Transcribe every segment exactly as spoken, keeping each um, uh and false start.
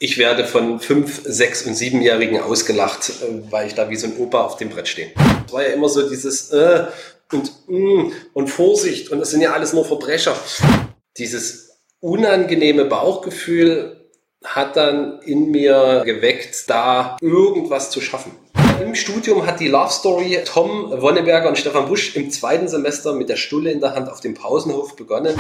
Ich werde von fünf-, sechs- und siebenjährigen ausgelacht, weil ich da wie so ein Opa auf dem Brett stehe. Es war ja immer so dieses äh, und mm, und Vorsicht und das sind ja alles nur Verbrecher. Dieses unangenehme Bauchgefühl hat dann in mir geweckt, da irgendwas zu schaffen. Im Studium hat die Love Story Tom Wonneberger und Stefan Busch im zweiten Semester mit der Stulle in der Hand auf dem Pausenhof begonnen.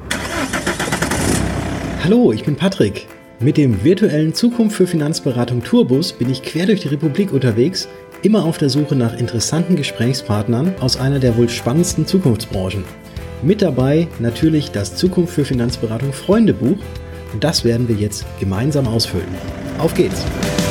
Hallo, ich bin Patrick. Mit dem virtuellen Zukunft für Finanzberatung Tourbus bin ich quer durch die Republik unterwegs, immer auf der Suche nach interessanten Gesprächspartnern aus einer der wohl spannendsten Zukunftsbranchen. Mit dabei natürlich das Zukunft für Finanzberatung Freundebuch und das werden wir jetzt gemeinsam ausfüllen. Auf geht's!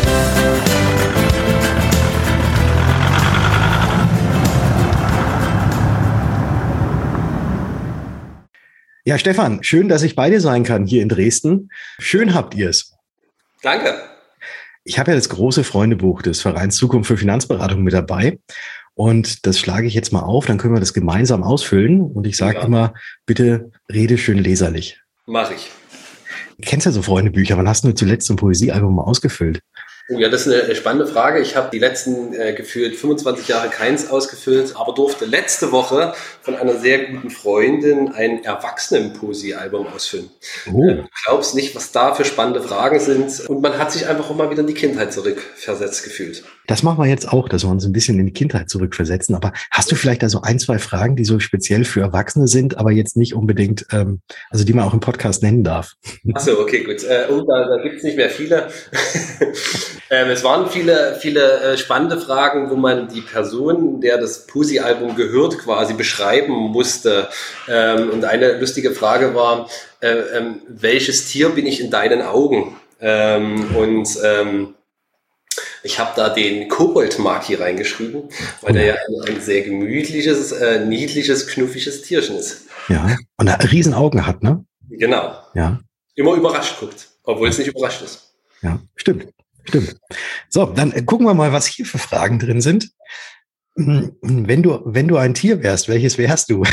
Ja, Stefan, schön, dass ich bei dir sein kann hier in Dresden. Schön habt ihr es. Danke. Ich habe ja das große Freundebuch des Vereins Zukunft für Finanzberatung mit dabei und das schlage ich jetzt mal auf, dann können wir das gemeinsam ausfüllen und ich sage ja. immer, bitte rede schön leserlich. Mach ich. Du kennst ja so Freundebücher, wann hast du zuletzt so ein Poesiealbum mal ausgefüllt? Oh ja, das ist eine spannende Frage. Ich habe die letzten äh, gefühlt fünfundzwanzig Jahre keins ausgefüllt, aber durfte letzte Woche von einer sehr guten Freundin ein Erwachsenen-Poesie-Album ausfüllen. Oh. Äh, du glaubst nicht, was da für spannende Fragen sind. Und man hat sich einfach auch mal wieder in die Kindheit zurückversetzt gefühlt. Das machen wir jetzt auch, dass wir uns ein bisschen in die Kindheit zurückversetzen. Aber hast du vielleicht da so ein, zwei Fragen, die so speziell für Erwachsene sind, aber jetzt nicht unbedingt, ähm, also die man auch im Podcast nennen darf? Ach so, okay, gut. Äh, oh, da, da gibt es nicht mehr viele. Ähm, es waren viele, viele äh, spannende Fragen, wo man die Person, der das Poesie-Album gehört, quasi beschreiben musste. Ähm, und eine lustige Frage war, äh, ähm, welches Tier bin ich in deinen Augen? Ähm, und ähm, ich habe da den Kobold-Maki reingeschrieben, weil der ja ein, ein sehr gemütliches, äh, niedliches, knuffiges Tierchen ist. Ja, und er riesen Augen hat, ne? Genau. Ja. Immer überrascht guckt, obwohl es nicht überrascht ist. Ja, stimmt. Stimmt. So, dann gucken wir mal, was hier für Fragen drin sind. Wenn du, wenn du ein Tier wärst, welches wärst du?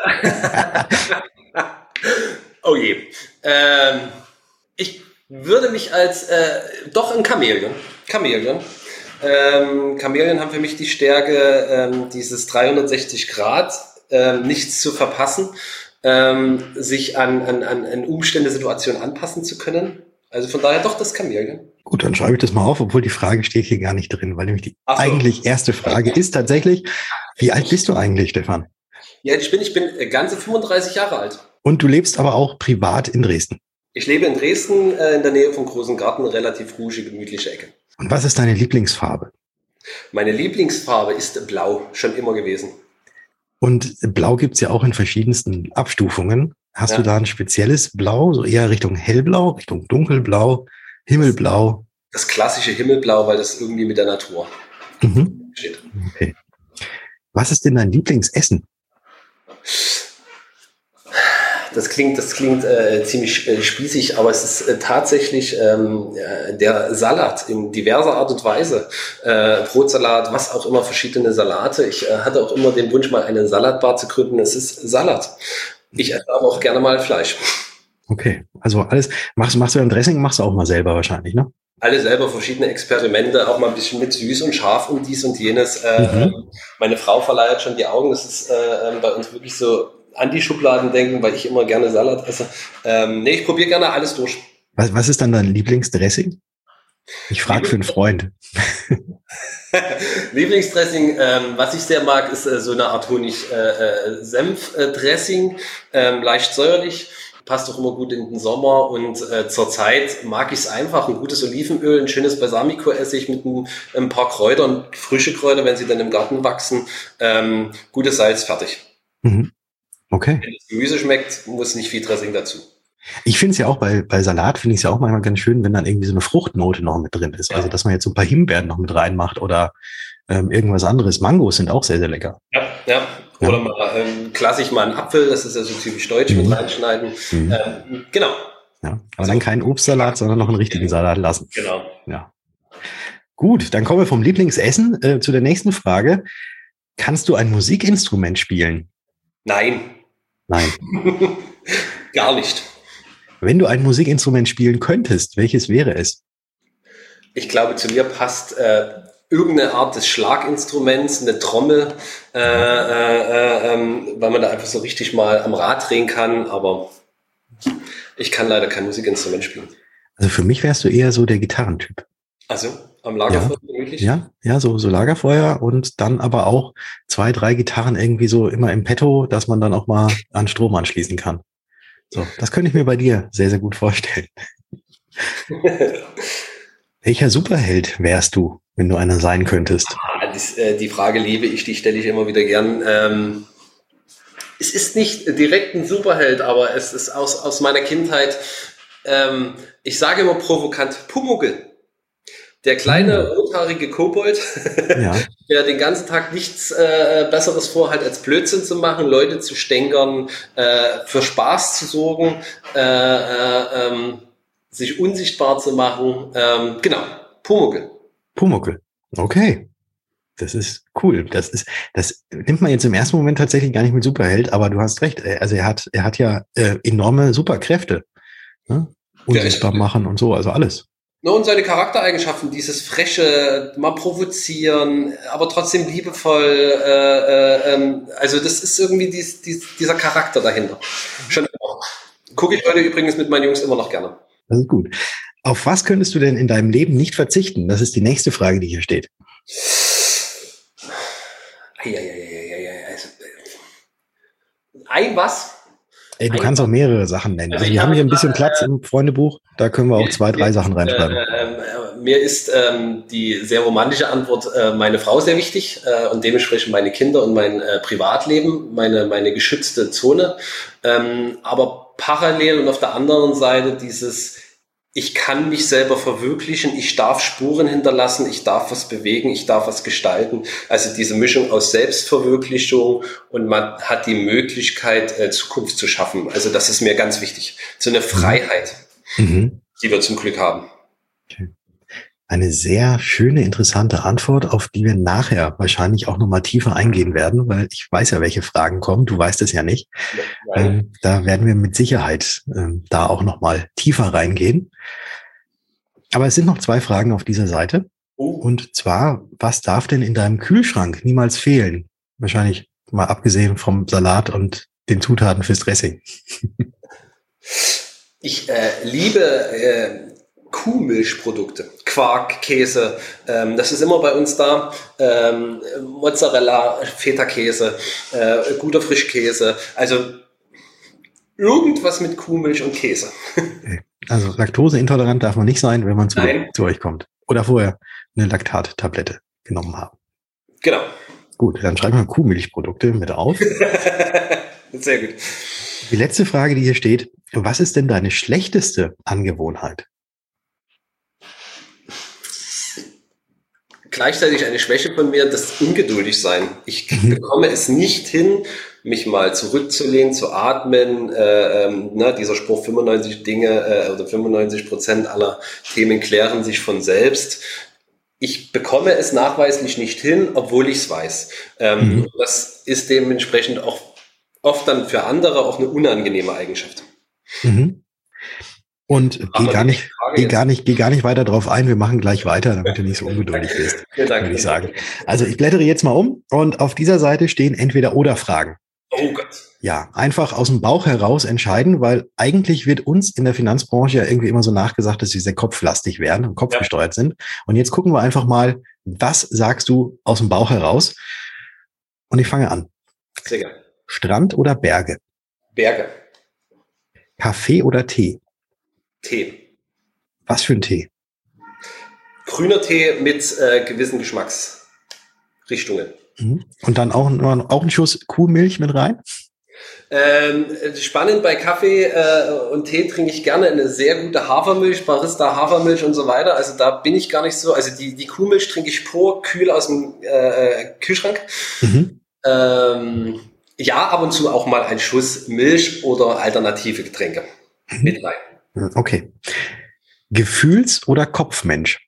Oh je. Ähm, ich würde mich als, äh, doch ein Chamäleon. Chamäleon. Ähm, Chamäleon haben für mich die Stärke, ähm, dieses dreihundertsechzig Grad, ähm, nichts zu verpassen, ähm, sich an, an, an Umstände, Situationen anpassen zu können. Also von daher doch das Chamäleon. Gut, dann schreibe ich das mal auf, obwohl die Frage steht hier gar nicht drin, weil nämlich die so. eigentlich erste Frage ist tatsächlich, wie alt bist du eigentlich, Stefan? Ja, ich bin, ich bin ganze fünfunddreißig Jahre alt. Und du lebst aber auch privat in Dresden? Ich lebe in Dresden, äh, in der Nähe vom Großen Garten, relativ ruhige, gemütliche Ecke. Und was ist deine Lieblingsfarbe? Meine Lieblingsfarbe ist blau, schon immer gewesen. Und blau gibt's ja auch in verschiedensten Abstufungen. Hast ja. du da ein spezielles Blau, so eher Richtung hellblau, Richtung dunkelblau, Himmelblau? Das klassische Himmelblau, weil das irgendwie mit der Natur mhm. steht. Okay. Was ist denn dein Lieblingsessen? Das klingt, das klingt äh, ziemlich äh, spießig, aber es ist äh, tatsächlich ähm, äh, der Salat in diverser Art und Weise. Äh, Brotsalat, was auch immer, verschiedene Salate. Ich äh, hatte auch immer den Wunsch, mal eine Salatbar zu gründen. Es ist Salat. Ich esse aber auch gerne mal Fleisch. Okay, also alles, machst, machst du beim Dressing, machst du auch mal selber wahrscheinlich, ne? Alle selber verschiedene Experimente, auch mal ein bisschen mit süß und scharf und dies und jenes. Äh, mhm. Meine Frau verleiht schon die Augen, das ist äh, bei uns wirklich so an die Schubladen denken, weil ich immer gerne Salat esse. Ähm, nee, ich probiere gerne alles durch. Was, was ist dann dein Lieblingsdressing? Ich frage für einen Freund. Lieblingsdressing, ähm, was ich sehr mag, ist äh, so eine Art Honig-Senf-Dressing, äh, ähm, leicht säuerlich, passt auch immer gut in den Sommer und äh, zurzeit mag ich es einfach, ein gutes Olivenöl, ein schönes Balsamico-Essig mit ein, ein paar Kräutern, frische Kräuter, wenn sie dann im Garten wachsen, ähm, gutes Salz, fertig. Mhm. Okay. Wenn das Gemüse schmeckt, muss nicht viel Dressing dazu. Ich finde es ja auch, bei, bei Salat finde ich es ja auch manchmal ganz schön, wenn dann irgendwie so eine Fruchtnote noch mit drin ist. Ja. Also, dass man jetzt so ein paar Himbeeren noch mit reinmacht oder ähm, irgendwas anderes. Mangos sind auch sehr, sehr lecker. Ja, ja. Ja. Oder mal ähm, klassisch mal einen Apfel, das ist ja so typisch deutsch, mhm. mit reinschneiden. Mhm. Ähm, genau. Ja, aber also, dann keinen Obstsalat, sondern noch einen richtigen Salat lassen. Genau. Ja. Gut, dann kommen wir vom Lieblingsessen äh, zu der nächsten Frage. Kannst du ein Musikinstrument spielen? Nein. Nein. Gar nicht. Wenn du ein Musikinstrument spielen könntest, welches wäre es? Ich glaube, zu mir passt äh, irgendeine Art des Schlaginstruments, eine Trommel, äh, äh, äh, weil man da einfach so richtig mal am Rad drehen kann, aber ich kann leider kein Musikinstrument spielen. Also für mich wärst du eher so der Gitarrentyp. Also am Lagerfeuer ja, wirklich? Ja, ja, so, so Lagerfeuer und dann aber auch zwei, drei Gitarren irgendwie so immer im Petto, dass man dann auch mal an Strom anschließen kann. So, das könnte ich mir bei dir sehr, sehr gut vorstellen. Welcher Superheld wärst du, wenn du einer sein könntest? Ah, das, äh, die Frage liebe ich, die stelle ich immer wieder gern. Ähm, es ist nicht direkt ein Superheld, aber es ist aus, aus meiner Kindheit, ähm, ich sage immer provokant, Pumuckl. Der kleine, rothaarige Kobold, ja. der den ganzen Tag nichts äh, Besseres vorhat, als Blödsinn zu machen, Leute zu stänkern, äh, für Spaß zu sorgen, äh, äh, ähm, sich unsichtbar zu machen. Ähm, genau, Pumuckl. Pumuckl, okay. Das ist cool. Das ist, das nimmt man jetzt im ersten Moment tatsächlich gar nicht mit Superheld, aber du hast recht. Also er hat, er hat ja äh, enorme Superkräfte. Ne? Unsichtbar machen und so, also alles. Und seine Charaktereigenschaften, dieses freche, mal provozieren, aber trotzdem liebevoll, äh, äh, also das ist irgendwie dies, dies, dieser Charakter dahinter. Schon gucke ich heute übrigens mit meinen Jungs immer noch gerne. Das ist gut. Auf was könntest du denn in deinem Leben nicht verzichten? Das ist die nächste Frage, die hier steht. Also, ein was? Ey, du kannst auch mehrere Sachen nennen. Also wir haben hier ein bisschen Platz im Freundebuch, da können wir auch zwei, drei Sachen reinschreiben. Äh, äh, mir ist ähm, die sehr romantische Antwort äh, meine Frau sehr wichtig äh, und dementsprechend meine Kinder und mein äh, Privatleben, meine, meine geschützte Zone. Ähm, aber parallel und auf der anderen Seite dieses, ich kann mich selber verwirklichen, ich darf Spuren hinterlassen, ich darf was bewegen, ich darf was gestalten. Also diese Mischung aus Selbstverwirklichung und man hat die Möglichkeit, äh, Zukunft zu schaffen. Also das ist mir ganz wichtig. So eine Freiheit, mhm. die wir zum Glück haben. Okay. Eine sehr schöne, interessante Antwort, auf die wir nachher wahrscheinlich auch nochmal tiefer eingehen werden, weil ich weiß ja, welche Fragen kommen. Du weißt es ja nicht. Ähm, da werden wir mit Sicherheit ähm, da auch nochmal tiefer reingehen. Aber es sind noch zwei Fragen auf dieser Seite. Oh. Und zwar, was darf denn in deinem Kühlschrank niemals fehlen? Wahrscheinlich mal abgesehen vom Salat und den Zutaten fürs Dressing. Ich äh, liebe äh, Kuhmilchprodukte, Quark, Käse, ähm, das ist immer bei uns da, ähm, Mozzarella, Feta-Käse, äh, guter Frischkäse, also irgendwas mit Kuhmilch und Käse. Also laktoseintolerant darf man nicht sein, wenn man zu, zu euch kommt. Oder vorher eine Laktattablette genommen haben. Genau. Gut, dann schreiben wir Kuhmilchprodukte mit auf. Sehr gut. Die letzte Frage, die hier steht, was ist denn deine schlechteste Angewohnheit? Gleichzeitig eine Schwäche von mir, das ungeduldig sein. Ich mhm. bekomme es nicht hin, mich mal zurückzulehnen, zu atmen. Äh, ähm, ne, dieser Spruch, fünfundneunzig Dinge äh, oder fünfundneunzig Prozent aller Themen klären sich von selbst. Ich bekomme es nachweislich nicht hin, obwohl ich es weiß. Ähm, mhm. Das ist dementsprechend auch oft dann für andere auch eine unangenehme Eigenschaft. Mhm. Und geh gar nicht, geh gar nicht, geh gar nicht weiter drauf ein. Wir machen gleich weiter, damit du nicht so ungeduldig bist, würde ich sagen. Also ich blättere jetzt mal um und auf dieser Seite stehen Entweder-oder-Fragen. Oh Gott. Ja, einfach aus dem Bauch heraus entscheiden, weil eigentlich wird uns in der Finanzbranche ja irgendwie immer so nachgesagt, dass wir sehr kopflastig werden und kopfgesteuert ja. sind. Und jetzt gucken wir einfach mal, was sagst du aus dem Bauch heraus? Und ich fange an. Sehr gerne. Strand oder Berge? Berge. Kaffee oder Tee? Tee. Was für ein Tee? Grüner Tee mit äh, gewissen Geschmacksrichtungen. Mhm. Und dann auch, auch ein Schuss Kuhmilch mit rein? Ähm, spannend, bei Kaffee äh, und Tee trinke ich gerne eine sehr gute Hafermilch, Barista Hafermilch und so weiter. Also da bin ich gar nicht so, also die, die Kuhmilch trinke ich pur, kühl aus dem äh, Kühlschrank. Mhm. Ähm, ja, ab und zu auch mal ein Schuss Milch oder alternative Getränke mhm. mit rein. Okay. Gefühls- oder Kopfmensch?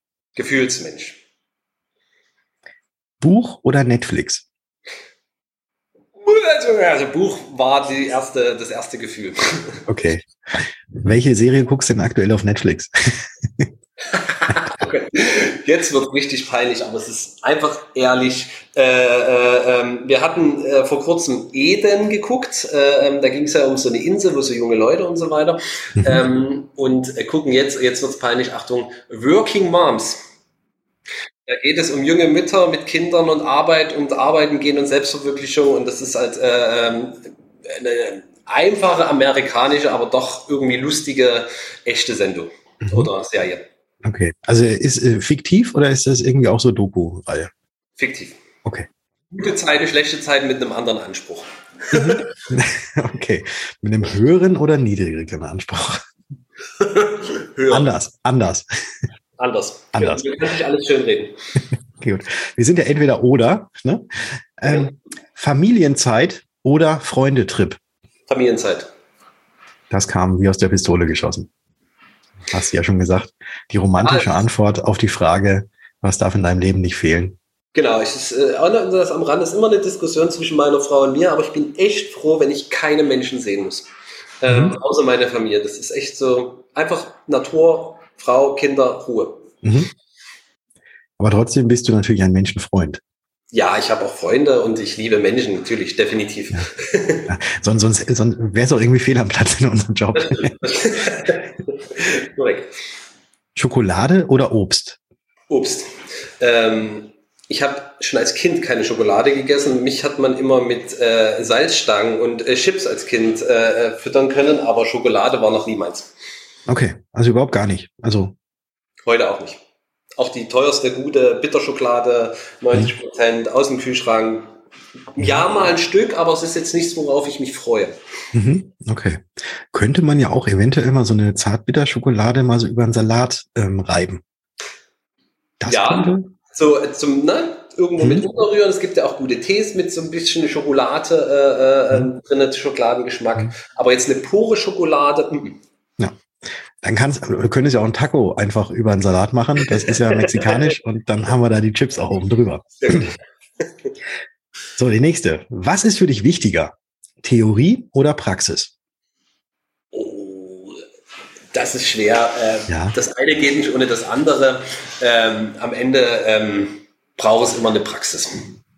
Gefühlsmensch. Buch oder Netflix? Also, also Buch war die erste, das erste Gefühl. Okay. Welche Serie guckst du denn aktuell auf Netflix? Okay. Jetzt wird richtig peinlich, aber es ist einfach ehrlich. Äh, äh, äh, wir hatten äh, vor kurzem Eden geguckt. Äh, da ging es ja um so eine Insel, wo so junge Leute und so weiter. Mhm. Ähm, und äh, gucken jetzt, jetzt wird es peinlich, Achtung, Working Moms. Da geht es um junge Mütter mit Kindern und Arbeit und Arbeiten gehen und Selbstverwirklichung. Und das ist halt äh, eine einfache amerikanische, aber doch irgendwie lustige, echte Sendung mhm. oder Serie. Okay, also ist äh, fiktiv oder ist das irgendwie auch so Doku-Reihe? Fiktiv. Okay. Gute Zeiten, schlechte Zeiten mit einem anderen Anspruch. Okay, mit einem höheren oder niedrigeren Anspruch? Höher. Anders, anders. Anders. Anders. Wir können nicht alles schön reden. Okay, gut. Wir sind ja entweder oder, ne? Ähm, ja. Familienzeit oder Freundetrip? Familienzeit. Das kam wie aus der Pistole geschossen. Hast du ja schon gesagt. Die romantische ah, Antwort auf die Frage, was darf in deinem Leben nicht fehlen? Genau, ich ist, äh, das am Rand ist immer eine Diskussion zwischen meiner Frau und mir, aber ich bin echt froh, wenn ich keine Menschen sehen muss. Ähm, mhm. Außer meine Familie. Das ist echt so einfach Natur, Frau, Kinder, Ruhe. Mhm. Aber trotzdem bist du natürlich ein Menschenfreund. Ja, ich habe auch Freunde und ich liebe Menschen, natürlich, definitiv. Ja. Ja, sonst sonst, sonst wäre es auch irgendwie fehl am Platz in unserem Job. Korrekt. Schokolade oder Obst? Obst. Ähm, ich habe schon als Kind keine Schokolade gegessen. Mich hat man immer mit äh, Salzstangen und äh, Chips als Kind äh, füttern können, aber Schokolade war noch nie meins. Okay, also überhaupt gar nicht. Also heute auch nicht. Auch die teuerste gute Bitterschokolade, neunzig Prozent aus dem Kühlschrank. Ja, mal ein Stück, aber es ist jetzt nichts, worauf ich mich freue. Mhm, okay. Könnte man ja auch eventuell mal so eine Zartbitterschokolade mal so über einen Salat ähm, reiben? Das ja, könnte... so zum, ne, irgendwo mhm. mit unterrühren. Es gibt ja auch gute Tees mit so ein bisschen Schokolade äh, mhm. drin, Schokoladengeschmack. Mhm. Aber jetzt eine pure Schokolade, m-m. Ja. Dann kannst, du könntest ja auch ein Taco einfach über einen Salat machen. Das ist ja mexikanisch und dann haben wir da die Chips auch oben drüber. So, die nächste. Was ist für dich wichtiger? Theorie oder Praxis? Oh, das ist schwer. Äh, ja. Das eine geht nicht ohne das andere. Ähm, am Ende ähm, braucht es immer eine Praxis.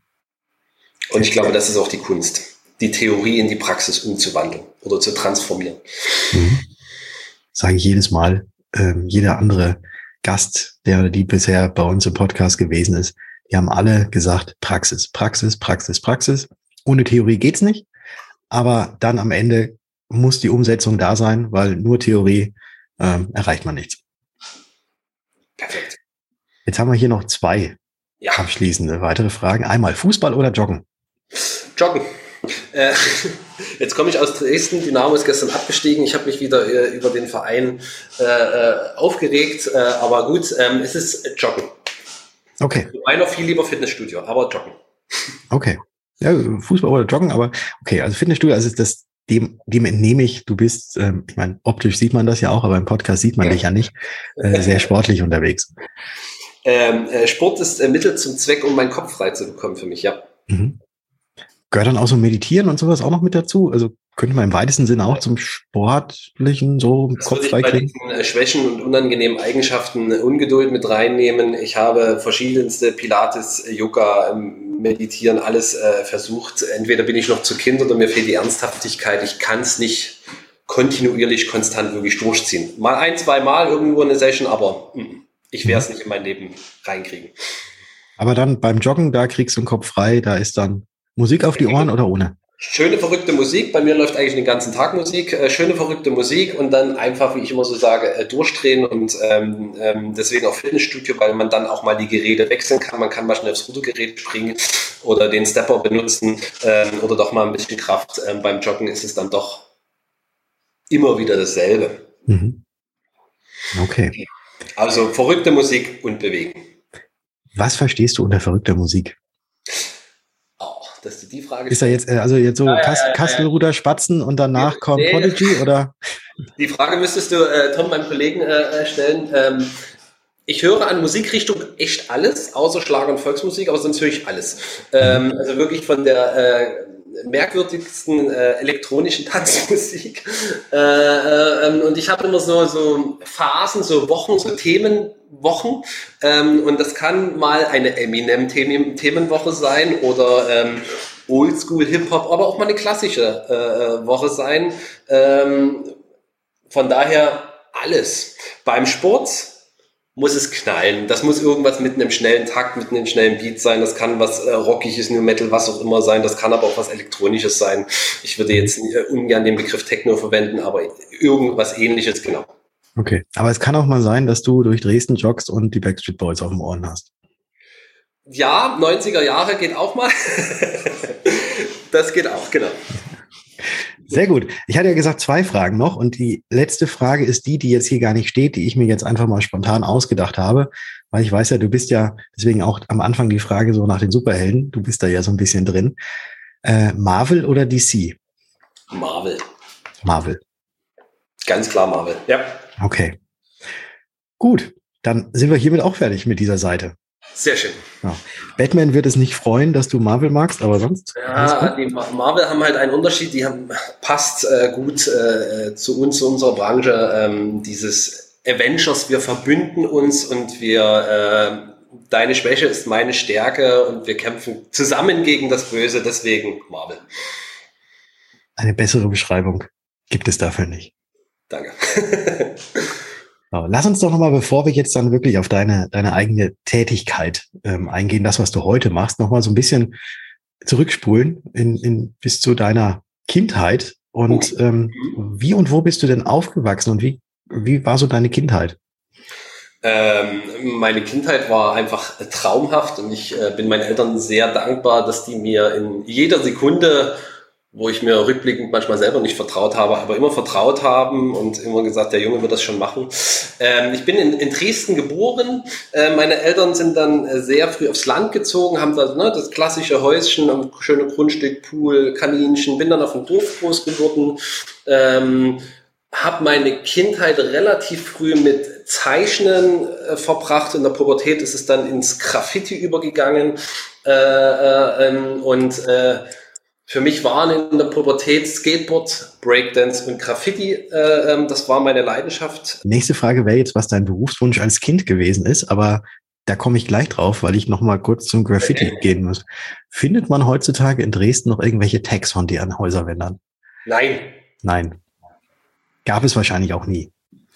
Und ich glaube, das ist auch die Kunst, die Theorie in die Praxis umzuwandeln oder zu transformieren. Mhm. Sage ich jedes Mal, ähm, jeder andere Gast, der die bisher bei uns im Podcast gewesen ist, die haben alle gesagt, Praxis, Praxis, Praxis, Praxis. Ohne Theorie geht's nicht, aber dann am Ende muss die Umsetzung da sein, weil nur Theorie ähm, erreicht man nichts. Perfekt. Jetzt haben wir hier noch zwei ja. abschließende weitere Fragen. Einmal Fußball oder Joggen? Joggen. Äh, jetzt komme ich aus Dresden, Dynamo ist gestern abgestiegen, ich habe mich wieder äh, über den Verein äh, aufgeregt, äh, aber gut, ähm, es ist Joggen. Okay. Wobei noch viel lieber Fitnessstudio, aber Joggen. Okay, ja, Fußball oder Joggen, aber okay, also Fitnessstudio, also das, dem, dem entnehme ich, du bist, ähm, ich meine, optisch sieht man das ja auch, aber im Podcast sieht man ja. dich ja nicht, äh, sehr sportlich unterwegs. Ähm, äh, Sport ist äh, Mittel zum Zweck, um meinen Kopf frei zu bekommen für mich, ja. Mhm. Gehört dann auch so Meditieren und sowas auch noch mit dazu? Also könnte man im weitesten Sinne auch zum Sportlichen so das Kopf frei kriegen? Bei diesen Schwächen und unangenehmen Eigenschaften Ungeduld mit reinnehmen. Ich habe verschiedenste Pilates, Yoga, Meditieren, alles äh, versucht. Entweder bin ich noch zu Kind oder mir fehlt die Ernsthaftigkeit. Ich kann es nicht kontinuierlich, konstant wirklich durchziehen. Mal ein, zwei Mal irgendwo eine Session, aber mm, ich werde es nicht in mein Leben reinkriegen. Aber dann beim Joggen, da kriegst du den Kopf frei, da ist dann Musik auf die Ohren oder ohne? Schöne, verrückte Musik. Bei mir läuft eigentlich den ganzen Tag Musik. Äh, schöne, verrückte Musik und dann einfach, wie ich immer so sage, äh, durchdrehen und ähm, ähm, deswegen auch Fitnessstudio, weil man dann auch mal die Geräte wechseln kann. Man kann mal schnell aufs Rudergerät springen oder den Stepper benutzen ähm, oder doch mal ein bisschen Kraft. Ähm, beim Joggen ist es dann doch immer wieder dasselbe. Mhm. Okay. Also verrückte Musik und bewegen. Was verstehst du unter verrückter Musik? Dass du die Frage ist er jetzt, also jetzt so ja, Kast, ja, ja, Kastelruder, Spatzen und danach nee, kommt Prodigy, oder? Die Frage müsstest du äh, Tom, meinem Kollegen, äh, stellen. Ähm, ich höre an Musikrichtung echt alles, außer Schlager und Volksmusik, aber sonst höre ich alles. Ähm, also wirklich von der äh, merkwürdigsten äh, elektronischen Tanzmusik. Äh, äh, und ich habe immer so, so Phasen, so Wochen, so Themenwochen. Ähm, und das kann mal eine Eminem-Themenwoche sein oder ähm, Oldschool-Hip-Hop, aber auch mal eine klassische äh, Woche sein. Ähm, von daher alles. Beim Sport muss es knallen. Das muss irgendwas mit einem schnellen Takt, mit einem schnellen Beat sein. Das kann was äh, Rockiges, New Metal, was auch immer sein. Das kann aber auch was Elektronisches sein. Ich würde jetzt äh, ungern den Begriff Techno verwenden, aber irgendwas Ähnliches, genau. Okay, aber es kann auch mal sein, dass du durch Dresden joggst und die Backstreet Boys auf dem Ohren hast. Ja, neunziger Jahre geht auch mal. Das geht auch, genau. Sehr gut. Ich hatte ja gesagt, zwei Fragen noch und die letzte Frage ist die, die jetzt hier gar nicht steht, die ich mir jetzt einfach mal spontan ausgedacht habe, weil ich weiß ja, du bist ja, deswegen auch am Anfang die Frage so nach den Superhelden, du bist da ja so ein bisschen drin. Äh, Marvel oder D C? Marvel. Marvel. Ganz klar Marvel, ja. Okay. Gut, dann sind wir hiermit auch fertig mit dieser Seite. Sehr schön. Ja. Batman wird es nicht freuen, dass du Marvel magst, aber sonst? Ja, die Marvel haben halt einen Unterschied, die haben, passt äh, gut äh, zu uns, zu unserer Branche. Ähm, dieses Avengers, wir verbünden uns und wir, äh, deine Schwäche ist meine Stärke und wir kämpfen zusammen gegen das Böse, deswegen Marvel. Eine bessere Beschreibung gibt es dafür nicht. Danke. Lass uns doch nochmal, bevor wir jetzt dann wirklich auf deine, deine eigene Tätigkeit ähm, eingehen, das, was du heute machst, nochmal so ein bisschen zurückspulen in, in, bis zu deiner Kindheit. Und ähm, wie und wo bist du denn aufgewachsen und wie, wie war so deine Kindheit? Ähm, meine Kindheit war einfach traumhaft und ich äh, bin meinen Eltern sehr dankbar, dass die mir in jeder Sekunde, wo ich mir rückblickend manchmal selber nicht vertraut habe, aber immer vertraut haben und immer gesagt, der Junge wird das schon machen. Ähm, ich bin in, in Dresden geboren. Äh, meine Eltern sind dann äh, sehr früh aufs Land gezogen, haben da ne, das klassische Häuschen, ein schönes Grundstück, Pool, Kaninchen, bin dann auf dem Dorf groß geworden. Ähm, habe meine Kindheit relativ früh mit Zeichnen äh, verbracht. In der Pubertät ist es dann ins Graffiti übergegangen äh, äh, ähm, und äh, für mich waren in der Pubertät Skateboard, Breakdance und Graffiti. Äh, das war meine Leidenschaft. Nächste Frage wäre jetzt, was dein Berufswunsch als Kind gewesen ist, aber da komme ich gleich drauf, weil ich noch mal kurz zum Graffiti okay. gehen muss. Findet man heutzutage in Dresden noch irgendwelche Tags von dir an Häuserwändern? Nein. Nein. Gab es wahrscheinlich auch nie.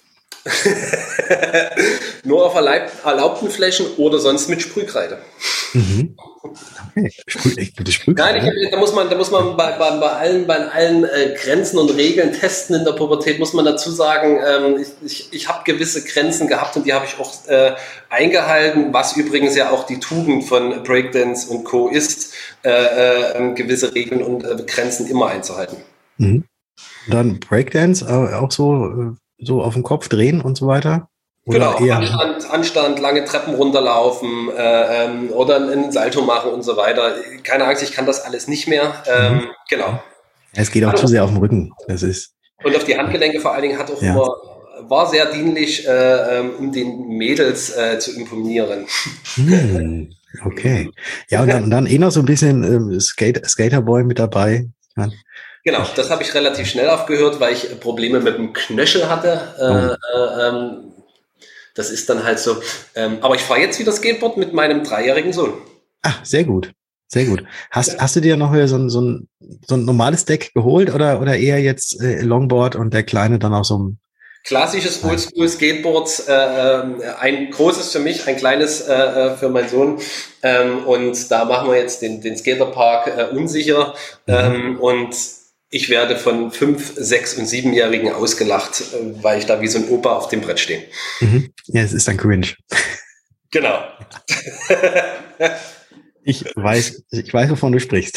Nur auf erlaubten Flächen oder sonst mit Sprühkreide. Mhm. Okay. Sprüh, gute Sprühkreide. Nein, ich, da muss man, da muss man bei, bei, bei allen, bei allen äh, Grenzen und Regeln testen in der Pubertät, muss man dazu sagen, ähm, ich, ich, ich habe gewisse Grenzen gehabt und die habe ich auch äh, eingehalten, was übrigens ja auch die Tugend von Breakdance und Co. ist, äh, äh, gewisse Regeln und äh, Grenzen immer einzuhalten. Mhm. Dann Breakdance, äh, auch so, so auf dem Kopf drehen und so weiter? Oder genau, eher Anstand, Anstand, lange Treppen runterlaufen äh, ähm, oder einen Salto machen und so weiter. Keine Angst, ich kann das alles nicht mehr. Ähm, mhm. Genau. Es geht auch also, zu sehr auf den Rücken. Das ist und auf die Handgelenke vor allen Dingen hat auch ja. immer, war sehr dienlich, äh, um den Mädels äh, zu imponieren. Hm, okay. Ja, und dann, und dann eh noch so ein bisschen ähm, Skate, Skaterboy mit dabei. Ja. Genau, das habe ich relativ schnell aufgehört, weil ich Probleme mit dem Knöchel hatte. Äh, oh. äh, ähm, Das ist dann halt so. Ähm, aber ich fahre jetzt wieder Skateboard mit meinem dreijährigen Sohn. Ach, sehr gut. Sehr gut. Hast, hast du dir noch so ein, so ein, so ein normales Deck geholt oder, oder eher jetzt äh, Longboard und der Kleine dann auch so ein klassisches Oldschool-Skateboard, äh, ein großes für mich, ein kleines äh, für meinen Sohn. Ähm, und da machen wir jetzt den, den Skaterpark äh, unsicher. Mhm. Ähm, und ich werde von fünf-, sechs- und siebenjährigen ausgelacht, weil ich da wie so ein Opa auf dem Brett stehe. Mhm. Ja, es ist dann cringe. Genau. Ich weiß, ich weiß, wovon du sprichst.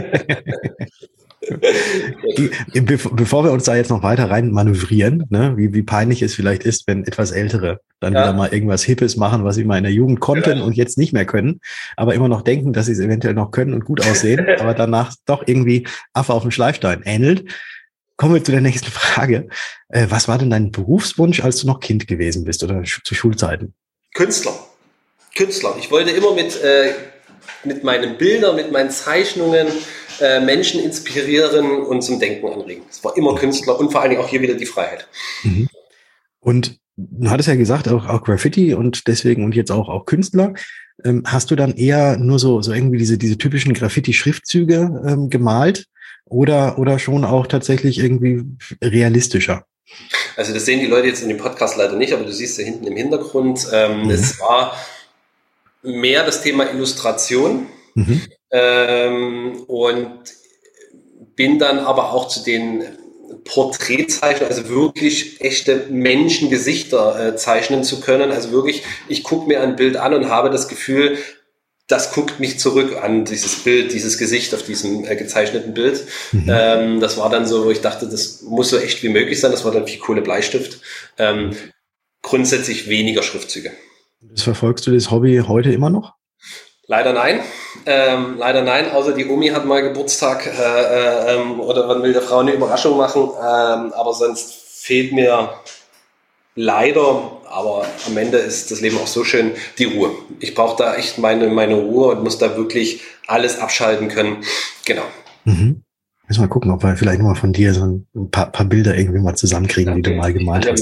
Bevor wir uns da jetzt noch weiter rein manövrieren, ne, wie, wie peinlich es vielleicht ist, wenn etwas Ältere dann ja. wieder mal irgendwas Hippes machen, was sie mal in der Jugend konnten ja. und jetzt nicht mehr können, aber immer noch denken, dass sie es eventuell noch können und gut aussehen, aber danach doch irgendwie Affe auf dem Schleifstein ähnelt. Kommen wir zu der nächsten Frage. Äh, was war denn dein Berufswunsch, als du noch Kind gewesen bist oder sch- zu Schulzeiten? Künstler. Künstler. Ich wollte immer mit, äh, mit meinen Bildern, mit meinen Zeichnungen äh, Menschen inspirieren und zum Denken anregen. Es war immer Künstler und vor allen Dingen auch hier wieder die Freiheit. Mhm. Und du hattest ja gesagt, auch, auch Graffiti und deswegen und jetzt auch, auch Künstler. Ähm, hast du dann eher nur so, so irgendwie diese, diese typischen Graffiti-Schriftzüge ähm, gemalt oder, oder schon auch tatsächlich irgendwie realistischer? Also das sehen die Leute jetzt in dem Podcast leider nicht, aber du siehst ja hinten im Hintergrund, ähm, mhm. es war mehr das Thema Illustration mhm. ähm, und bin dann aber auch zu den Porträtzeichnern, also wirklich echte Menschengesichter äh, zeichnen zu können. Also wirklich, ich gucke mir ein Bild an und habe das Gefühl, das guckt mich zurück an dieses Bild, dieses Gesicht auf diesem äh, gezeichneten Bild. Mhm. Ähm, das war dann so, wo ich dachte, das muss so echt wie möglich sein. Das war dann viel Kohle Bleistift. Ähm, grundsätzlich weniger Schriftzüge. Das verfolgst du das Hobby heute immer noch? Leider nein. Ähm, leider nein, außer die Omi hat mal Geburtstag äh, ähm, oder man will der Frau eine Überraschung machen. Ähm, aber sonst fehlt mir leider, aber am Ende ist das Leben auch so schön, die Ruhe. Ich brauche da echt meine, meine Ruhe und muss da wirklich alles abschalten können. Genau. Mhm. Müssen wir mal gucken, ob wir vielleicht nochmal von dir so ein paar, paar Bilder irgendwie mal zusammenkriegen, okay, die du mal gemalt hast.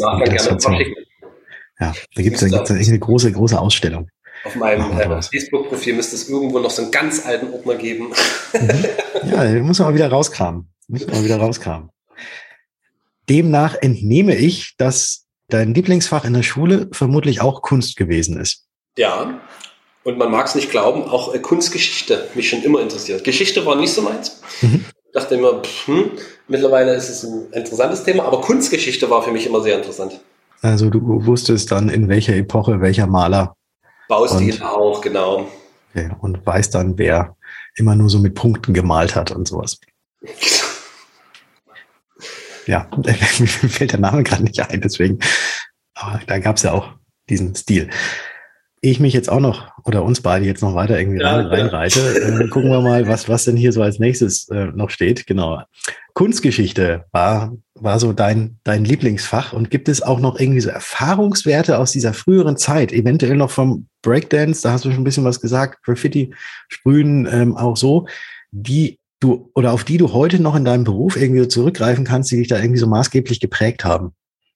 Ja, da gibt es da gibt's eine große, große Ausstellung. Auf meinem äh, Facebook-Profil müsste es irgendwo noch so einen ganz alten Ordner geben. Mhm. Ja, den muss man mal wieder rauskramen. Muss man mal wieder rauskramen. Demnach entnehme ich, dass dein Lieblingsfach in der Schule vermutlich auch Kunst gewesen ist. Ja, und man mag es nicht glauben, auch äh, Kunstgeschichte mich schon immer interessiert. Geschichte war nicht so meins. Mhm. Ich dachte immer, pff, hm, mittlerweile ist es ein interessantes Thema, aber Kunstgeschichte war für mich immer sehr interessant. Also du wusstest dann, in welcher Epoche welcher Maler. Baustil und, auch, genau. Okay, und weißt dann, wer immer nur so mit Punkten gemalt hat und sowas. Ja, mir fällt der Name gerade nicht ein, deswegen. Aber da gab es ja auch diesen Stil. Ehe ich mich jetzt auch noch, oder uns beide jetzt noch weiter irgendwie ja, rein, reinreite, äh, gucken wir mal, was, was denn hier so als nächstes äh, noch steht. Genau. Kunstgeschichte war, war so dein, dein Lieblingsfach. Und gibt es auch noch irgendwie so Erfahrungswerte aus dieser früheren Zeit, eventuell noch vom Breakdance, da hast du schon ein bisschen was gesagt, Graffiti, Sprühen, ähm, auch so, die du oder auf die du heute noch in deinem Beruf irgendwie zurückgreifen kannst, die dich da irgendwie so maßgeblich geprägt haben?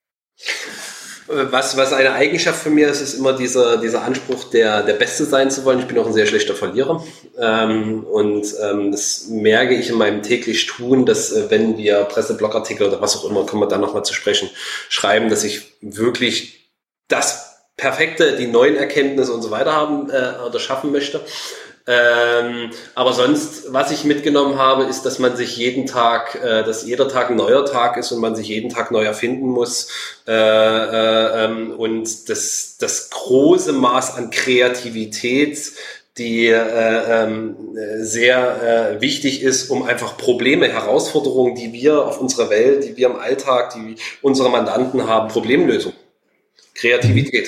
Was, was eine Eigenschaft für mir ist, ist immer dieser, dieser Anspruch, der, der Beste sein zu wollen. Ich bin auch ein sehr schlechter Verlierer. Ähm, und ähm, das merke ich in meinem täglich Tun, dass äh, wenn wir Presse-Blogartikel oder was auch immer, kommen wir da nochmal zu sprechen, schreiben, dass ich wirklich das Perfekte, die neuen Erkenntnisse und so weiter haben äh, oder schaffen möchte. Ähm, aber sonst, was ich mitgenommen habe, ist, dass man sich jeden Tag, äh, dass jeder Tag ein neuer Tag ist und man sich jeden Tag neu erfinden muss. Äh, äh, ähm, und das, das große Maß an Kreativität, die äh, äh, sehr äh, wichtig ist, um einfach Probleme, Herausforderungen, die wir auf unserer Welt, die wir im Alltag, die unsere Mandanten haben, Problemlösung. Kreativität.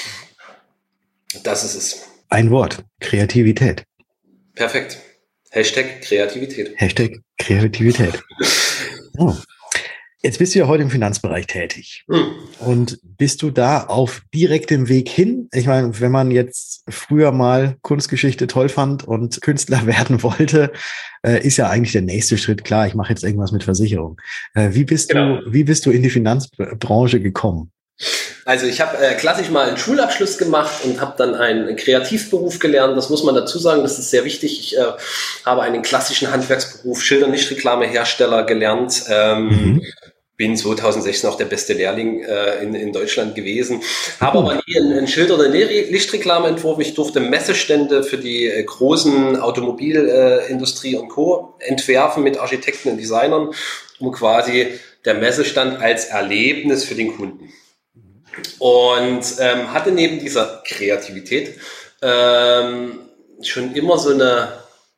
Das ist es. Ein Wort, Kreativität. Perfekt. Hashtag Kreativität. Hashtag Kreativität. Oh. Jetzt bist du ja heute im Finanzbereich tätig. Hm. Und bist du da auf direktem Weg hin? Ich meine, wenn man jetzt früher mal Kunstgeschichte toll fand und Künstler werden wollte, äh, ist ja eigentlich der nächste Schritt klar, ich mache jetzt irgendwas mit Versicherung. Äh, wie bist genau. du, wie bist du in die Finanzbranche gekommen? Also ich habe äh, klassisch mal einen Schulabschluss gemacht und habe dann einen Kreativberuf gelernt. Das muss man dazu sagen, das ist sehr wichtig. Ich äh, habe einen klassischen Handwerksberuf, Schilder-Lichtreklamehersteller gelernt. Ähm, mhm. Bin zweitausendsechzehn auch der beste Lehrling äh, in, in Deutschland gewesen. Habe aber nie einen, einen Schilder- oder Lichtreklame entworfen. Ich durfte Messestände für die äh, großen Automobilindustrie äh, und Co. entwerfen mit Architekten und Designern, um quasi der Messestand als Erlebnis für den Kunden. Und ähm, hatte neben dieser Kreativität ähm, schon immer so eine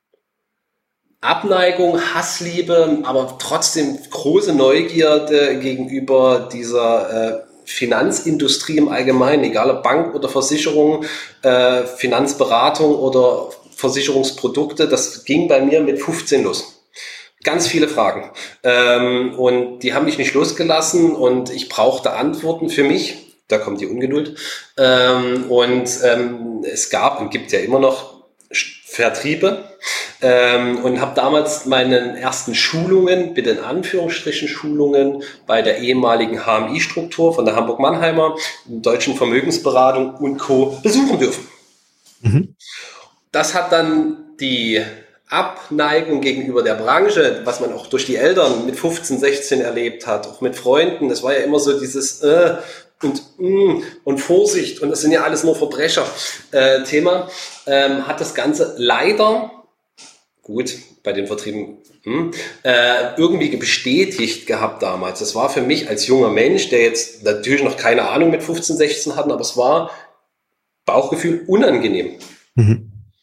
Abneigung, Hassliebe, aber trotzdem große Neugierde gegenüber dieser äh, Finanzindustrie im Allgemeinen, egal ob Bank oder Versicherung, äh, Finanzberatung oder Versicherungsprodukte. Das ging bei mir mit fünfzehn los. Ganz viele Fragen. Ähm, und die haben mich nicht losgelassen und ich brauchte Antworten für mich. Da kommt die Ungeduld. Ähm, und ähm, es gab und gibt ja immer noch Vertriebe, ähm, und habe damals meine ersten Schulungen, bitte in Anführungsstrichen Schulungen, bei der ehemaligen H M I-Struktur von der Hamburg-Mannheimer, Deutschen Vermögensberatung und Co. besuchen dürfen. Mhm. Das hat dann die Abneigung gegenüber der Branche, was man auch durch die Eltern mit fünfzehn, sechzehn erlebt hat, auch mit Freunden. Das war ja immer so dieses äh, und mm, und Vorsicht und das sind ja alles nur Verbrecher äh, Thema, ähm, hat das Ganze leider, gut, bei den Vertrieben hm, äh, irgendwie bestätigt gehabt damals. Das war für mich als junger Mensch, der jetzt natürlich noch keine Ahnung mit fünfzehn, sechzehn hatten, aber es war Bauchgefühl unangenehm. Mhm.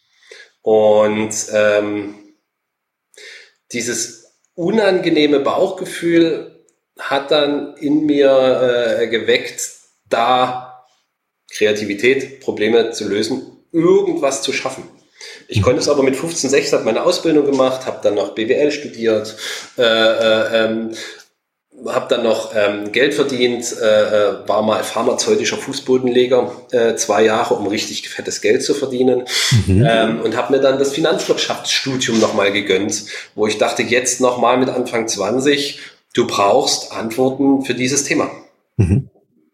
Und ähm, dieses unangenehme Bauchgefühl hat dann in mir äh, geweckt, da Kreativität, Probleme zu lösen, irgendwas zu schaffen. Ich konnte es aber mit fünfzehn, sechzehn, habe meine Ausbildung gemacht, habe dann noch B W L studiert, äh, äh, ähm, habe dann noch ähm, Geld verdient, äh, war mal pharmazeutischer Fußbodenleger, äh, zwei Jahre, um richtig fettes Geld zu verdienen, mhm. ähm, und habe mir dann das Finanzwirtschaftsstudium nochmal gegönnt, wo ich dachte, jetzt nochmal mit Anfang zwanzig, du brauchst Antworten für dieses Thema. Mhm.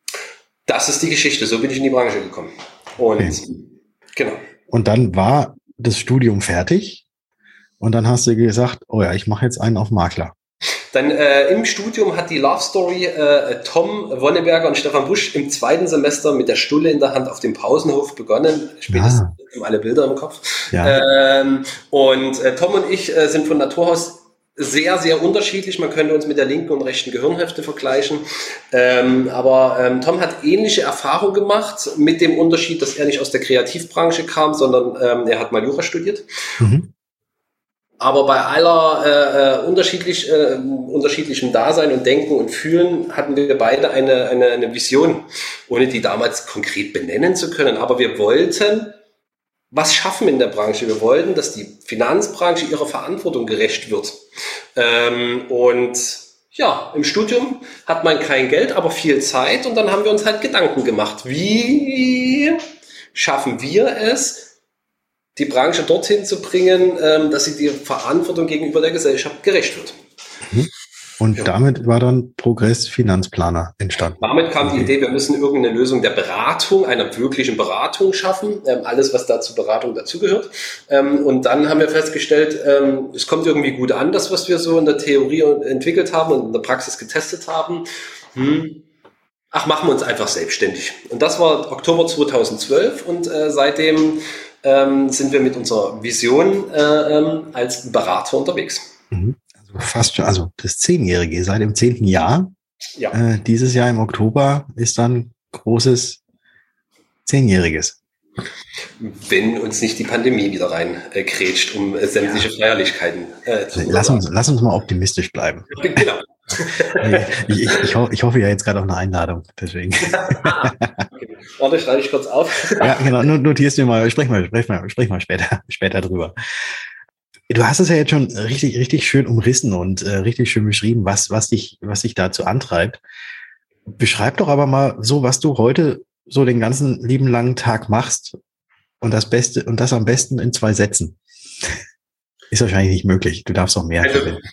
Das ist die Geschichte, so bin ich in die Branche gekommen. Und okay. Genau. Und dann war das Studium fertig und dann hast du gesagt, oh ja, ich mache jetzt einen auf Makler. Dann äh, im Studium hat die Love Story äh, Tom Wonneberger und Stefan Busch im zweiten Semester mit der Stulle in der Hand auf dem Pausenhof begonnen. Spätestens ah. haben alle Bilder im Kopf. Ja. Ähm, und äh, Tom und ich äh, sind von Natur aus sehr, sehr unterschiedlich. Man könnte uns mit der linken und rechten Gehirnhälfte vergleichen. Ähm, aber ähm, Tom hat ähnliche Erfahrungen gemacht, mit dem Unterschied, dass er nicht aus der Kreativbranche kam, sondern ähm, er hat mal Jura studiert. Mhm. Aber bei aller äh, unterschiedlich, äh, unterschiedlichem Dasein und Denken und Fühlen hatten wir beide eine, eine, eine Vision, ohne die damals konkret benennen zu können. Aber wir wollten was schaffen in der Branche. Wir wollten, dass die Finanzbranche ihrer Verantwortung gerecht wird. Ähm, und ja, im Studium hat man kein Geld, aber viel Zeit. Und dann haben wir uns halt Gedanken gemacht. Wie schaffen wir es, die Branche dorthin zu bringen, ähm, dass sie die Verantwortung gegenüber der Gesellschaft gerecht wird. Und ja. damit war dann Progress Finanzplaner entstanden. Damit kam okay. die Idee, wir müssen irgendeine Lösung der Beratung, einer wirklichen Beratung schaffen, ähm, alles, was da zur Beratung dazugehört. Ähm, und dann haben wir festgestellt, ähm, es kommt irgendwie gut an, das, was wir so in der Theorie entwickelt haben und in der Praxis getestet haben. Hm. Ach, machen wir uns einfach selbstständig. Und das war Oktober zweitausendzwölf und äh, seitdem ähm, sind wir mit unserer Vision äh, ähm, als Berater unterwegs. Mhm. Also fast schon, also das Zehnjährige, ihr seid im zehnten Jahr. Ja. Äh, dieses Jahr im Oktober ist dann großes Zehnjähriges. Wenn uns nicht die Pandemie wieder rein äh, grätscht, um äh, sämtliche ja. Feierlichkeiten äh, zu lass uns, lass uns mal optimistisch bleiben. Genau. ich, ich, ich, ho- ich hoffe ja jetzt gerade auf eine Einladung, deswegen. Okay. Warte, schreibe ich kurz auf. Ja, genau, notierst du mal, sprech mal, sprech mal, sprech mal später, später drüber. Du hast es ja jetzt schon richtig, richtig schön umrissen und äh, richtig schön beschrieben, was, was dich, was dich dazu antreibt. Beschreib doch aber mal so, was du heute so den ganzen lieben langen Tag machst und das Beste, und das am besten in zwei Sätzen. Ist wahrscheinlich nicht möglich. Du darfst auch mehr also, verwenden.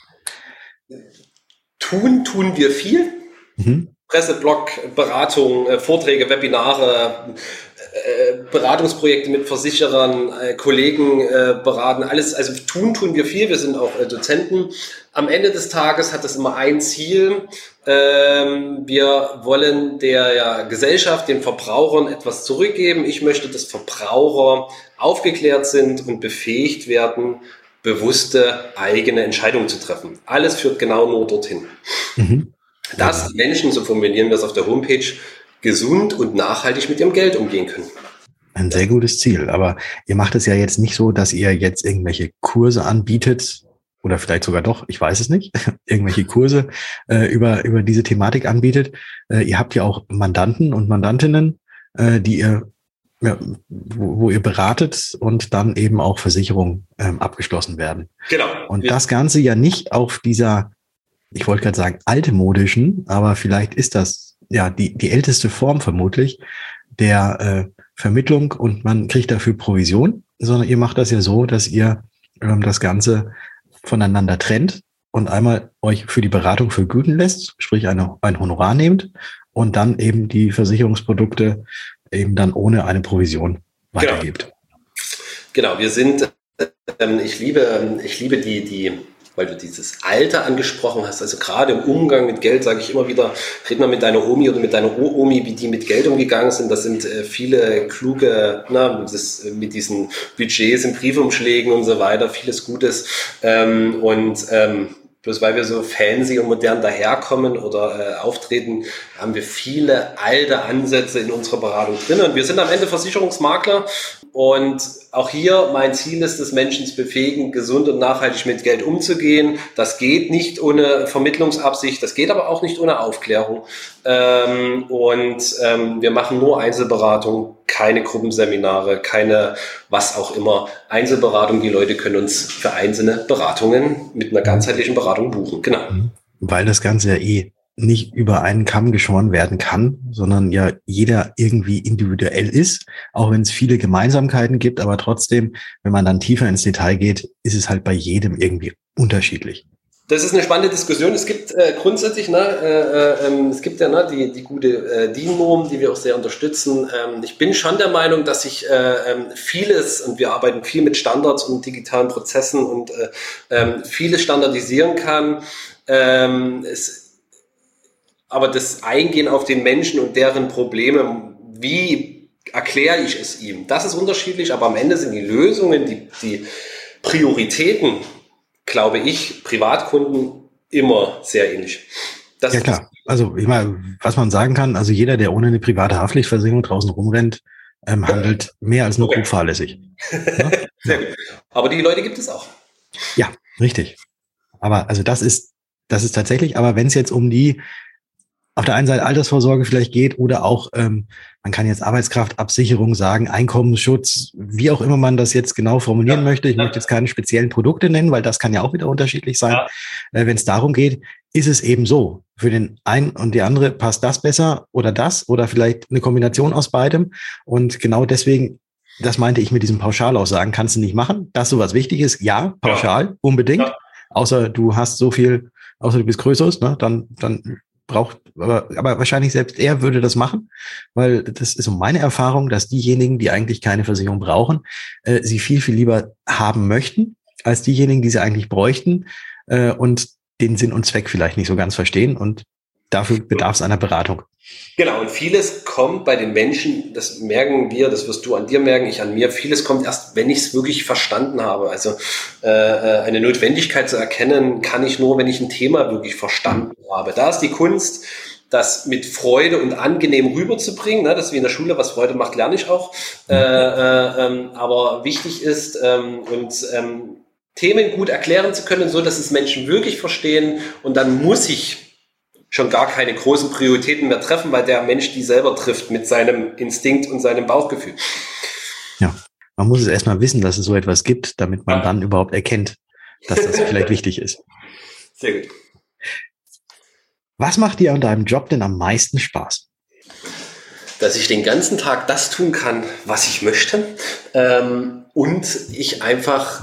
Tun, tun wir viel. Mhm. Presseblog, Beratung, äh, Vorträge, Webinare, äh, Beratungsprojekte mit Versicherern, äh, Kollegen äh, beraten, alles, also tun, tun wir viel. Wir sind auch äh, Dozenten. Am Ende des Tages hat das immer ein Ziel. Ähm, wir wollen der ja, Gesellschaft, den Verbrauchern etwas zurückgeben. Ich möchte, dass Verbraucher aufgeklärt sind und befähigt werden, bewusste eigene Entscheidungen zu treffen. Alles führt genau nur dorthin. Mhm. Dass Menschen, so formulieren wir es auf der Homepage, gesund und nachhaltig mit ihrem Geld umgehen können. Ein sehr gutes Ziel, aber ihr macht es ja jetzt nicht so, dass ihr jetzt irgendwelche Kurse anbietet oder vielleicht sogar doch, ich weiß es nicht, irgendwelche Kurse äh, über über diese Thematik anbietet. Äh, ihr habt ja auch Mandanten und Mandantinnen, äh, die ihr ja, wo, wo ihr beratet und dann eben auch Versicherungen ähm, abgeschlossen werden. Genau. Und ja. das Ganze ja nicht auf dieser, ich wollte gerade sagen, altmodischen, aber vielleicht ist das ja die die älteste Form vermutlich der äh, Vermittlung und man kriegt dafür Provision, sondern ihr macht das ja so, dass ihr ähm, das Ganze voneinander trennt und einmal euch für die Beratung vergüten lässt, sprich eine, ein Honorar nehmt und dann eben die Versicherungsprodukte eben dann ohne eine Provision weitergibt. Genau, genau wir sind, ähm, ich liebe, ich liebe die, die, weil du dieses Alter angesprochen hast, also gerade im Umgang mit Geld sage ich immer wieder, red mal mit deiner Omi oder mit deiner Uromi, wie die mit Geld umgegangen sind. Das sind äh, viele kluge, na, das, mit diesen Budgets in Briefumschlägen und so weiter, vieles Gutes. Ähm, und ähm, bloß weil wir so fancy und modern daherkommen oder äh, auftreten, haben wir viele alte Ansätze in unserer Beratung drin. Und wir sind am Ende Versicherungsmakler. Und auch hier, mein Ziel ist es, Menschen zu befähigen, gesund und nachhaltig mit Geld umzugehen. Das geht nicht ohne Vermittlungsabsicht, das geht aber auch nicht ohne Aufklärung. Ähm, und ähm, wir machen nur Einzelberatung, keine Gruppenseminare, keine was auch immer. Einzelberatung, die Leute können uns für einzelne Beratungen mit einer ganzheitlichen Beratung buchen. Genau. Weil das Ganze ja eh nicht über einen Kamm geschoren werden kann, sondern ja jeder irgendwie individuell ist, auch wenn es viele Gemeinsamkeiten gibt, aber trotzdem, wenn man dann tiefer ins Detail geht, ist es halt bei jedem irgendwie unterschiedlich. Das ist eine spannende Diskussion. Es gibt äh, grundsätzlich, ne, äh, äh, es gibt ja ne, die, die gute äh, D I N-Norm, die wir auch sehr unterstützen. Ähm, ich bin schon der Meinung, dass sich äh, vieles, und wir arbeiten viel mit Standards und digitalen Prozessen und äh, äh, vieles standardisieren kann. Ähm, es Aber das Eingehen auf den Menschen und deren Probleme, wie erkläre ich es ihm, das ist unterschiedlich, aber am Ende sind die Lösungen, die, die Prioritäten, glaube ich, Privatkunden immer sehr ähnlich. Das ja klar, also ich meine, was man sagen kann, also jeder, der ohne eine private Haftpflichtversicherung draußen rumrennt, ähm, handelt mehr als nur okay. grob fahrlässig. Ja? Sehr gut. Aber die Leute gibt es auch. Ja, richtig. Aber also das ist, das ist tatsächlich, aber wenn es jetzt um die auf der einen Seite Altersvorsorge vielleicht geht oder auch, ähm, man kann jetzt Arbeitskraftabsicherung sagen, Einkommensschutz, wie auch immer man das jetzt genau formulieren ja, möchte. Ich ja. möchte jetzt keine speziellen Produkte nennen, weil das kann ja auch wieder unterschiedlich sein. Ja. Äh, wenn es darum geht, ist es eben so. Für den einen und die andere passt das besser oder das oder vielleicht eine Kombination aus beidem. Und genau deswegen, das meinte ich mit diesem Pauschalaussagen, kannst du nicht machen. Dass sowas wichtig ist, ja, pauschal, ja. unbedingt. Ja. Außer du hast so viel, außer du bist Größeres, ne, dann, dann braucht, aber, aber wahrscheinlich selbst er würde das machen, weil das ist so meine Erfahrung, dass diejenigen, die eigentlich keine Versicherung brauchen, äh, sie viel, viel lieber haben möchten, als diejenigen, die sie eigentlich bräuchten äh, und den Sinn und Zweck vielleicht nicht so ganz verstehen und dafür bedarf es einer Beratung. Genau, und vieles kommt bei den Menschen, das merken wir, das wirst du an dir merken, ich an mir, vieles kommt erst, wenn ich es wirklich verstanden habe. Also äh, eine Notwendigkeit zu erkennen, kann ich nur, wenn ich ein Thema wirklich verstanden habe. Da ist die Kunst, das mit Freude und angenehm rüberzubringen. Ne? Das ist wie in der Schule, was Freude macht, lerne ich auch. Äh, äh, ähm, aber wichtig ist, ähm, und ähm, Themen gut erklären zu können, so dass es Menschen wirklich verstehen, und dann muss ich schon gar keine großen Prioritäten mehr treffen, weil der Mensch die selber trifft mit seinem Instinkt und seinem Bauchgefühl. Ja, man muss es erstmal wissen, dass es so etwas gibt, damit man ja. dann überhaupt erkennt, dass das vielleicht wichtig ist. Sehr gut. Was macht dir an deinem Job denn am meisten Spaß? Dass ich den ganzen Tag das tun kann, was ich möchte, ähm, und ich einfach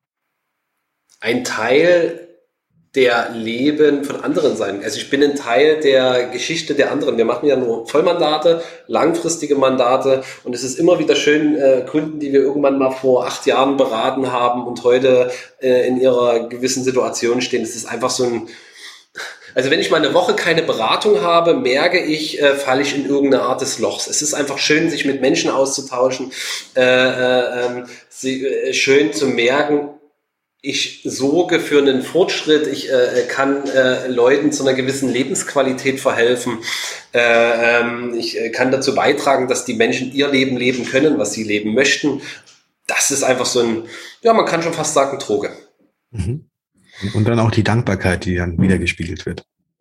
ein Teil der Leben von anderen sein. Also ich bin ein Teil der Geschichte der anderen. Wir machen ja nur Vollmandate, langfristige Mandate, und es ist immer wieder schön, äh, Kunden, die wir irgendwann mal vor acht Jahren beraten haben und heute äh, in ihrer gewissen Situation stehen. Es ist einfach so ein, also wenn ich mal eine Woche keine Beratung habe, merke ich, äh, falle ich in irgendeine Art des Lochs. Es ist einfach schön, sich mit Menschen auszutauschen, äh, äh, sie, äh, schön zu merken, ich sorge für einen Fortschritt, ich äh, kann äh, Leuten zu einer gewissen Lebensqualität verhelfen. Äh, ähm, ich äh, kann dazu beitragen, dass die Menschen ihr Leben leben können, was sie leben möchten. Das ist einfach so ein, ja, man kann schon fast sagen, Droge. Mhm. Und dann auch die Dankbarkeit, die dann wieder gespiegelt wird.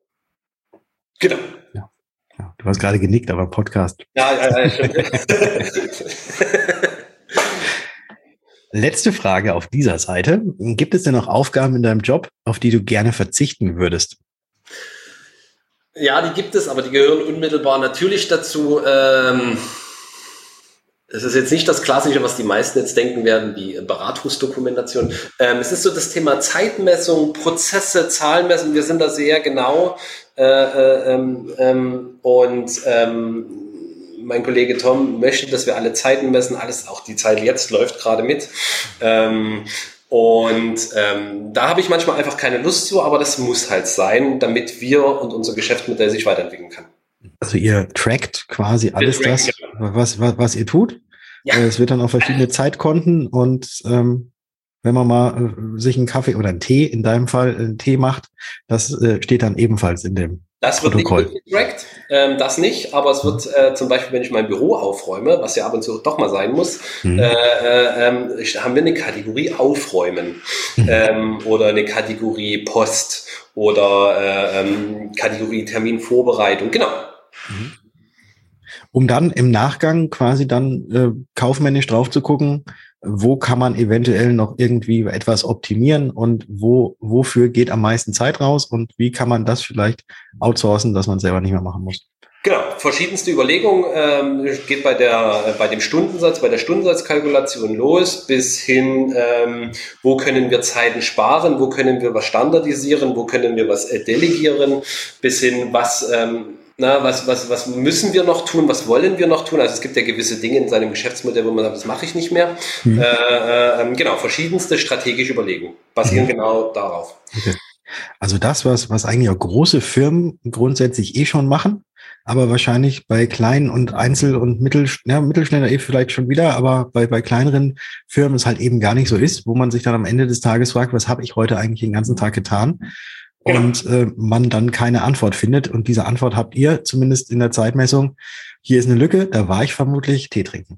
Genau. Ja. Ja, du hast gerade genickt, aber Podcast. Ja, ja, ja, stimmt. Letzte Frage auf dieser Seite. Gibt es denn noch Aufgaben in deinem Job, auf die du gerne verzichten würdest? Ja, die gibt es, aber die gehören unmittelbar natürlich dazu. Ähm, Das ist jetzt nicht das Klassische, was die meisten jetzt denken werden, wie Beratungsdokumentation. Ähm, es ist so das Thema Zeitmessung, Prozesse, Zahlenmessen. Wir sind da sehr genau. Äh, äh, ähm, und ähm, mein Kollege Tom möchte, dass wir alle Zeiten messen. Alles, auch die Zeit jetzt läuft gerade mit. Ähm, und ähm, da habe ich manchmal einfach keine Lust zu, aber das muss halt sein, damit wir und unser Geschäftsmodell sich weiterentwickeln kann. Also ihr trackt quasi alles das, was, was, was ihr tut. Ja. Es wird dann auf verschiedene Zeitkonten und ähm, wenn man mal äh, sich einen Kaffee oder einen Tee, in deinem Fall einen Tee macht, das äh, steht dann ebenfalls in dem das wird Protokoll. Nicht getrackt, ähm, das nicht, aber es wird äh, zum Beispiel, wenn ich mein Büro aufräume, was ja ab und zu doch mal sein muss, mhm. äh, äh, haben wir eine Kategorie Aufräumen mhm. ähm, oder eine Kategorie Post oder äh, ähm, Kategorie Terminvorbereitung, genau. Mhm. Um dann im Nachgang quasi dann äh, kaufmännisch drauf zu gucken, wo kann man eventuell noch irgendwie etwas optimieren und wo wofür geht am meisten Zeit raus und wie kann man das vielleicht outsourcen, dass man es selber nicht mehr machen muss. Genau, verschiedenste Überlegungen, ähm, geht bei der äh, bei dem Stundensatz, bei der Stundensatzkalkulation los, bis hin, ähm, wo können wir Zeiten sparen, wo können wir was standardisieren, wo können wir was äh, delegieren, bis hin, was ähm, Na, was, was, was müssen wir noch tun? Was wollen wir noch tun? Also es gibt ja gewisse Dinge in seinem Geschäftsmodell, wo man sagt, das mache ich nicht mehr. Mhm. Äh, äh, genau, verschiedenste strategische Überlegungen basieren mhm. genau darauf. Okay. Also das, was, was eigentlich auch große Firmen grundsätzlich eh schon machen, aber wahrscheinlich bei kleinen und Einzel- und Mittel, ja, Mittelständler eh vielleicht schon wieder, aber bei, bei kleineren Firmen es halt eben gar nicht so ist, wo man sich dann am Ende des Tages fragt, was habe ich heute eigentlich den ganzen Tag getan? Genau. Und äh, man dann keine Antwort findet. Und diese Antwort habt ihr zumindest in der Zeitmessung. Hier ist eine Lücke, da war ich vermutlich Tee trinken.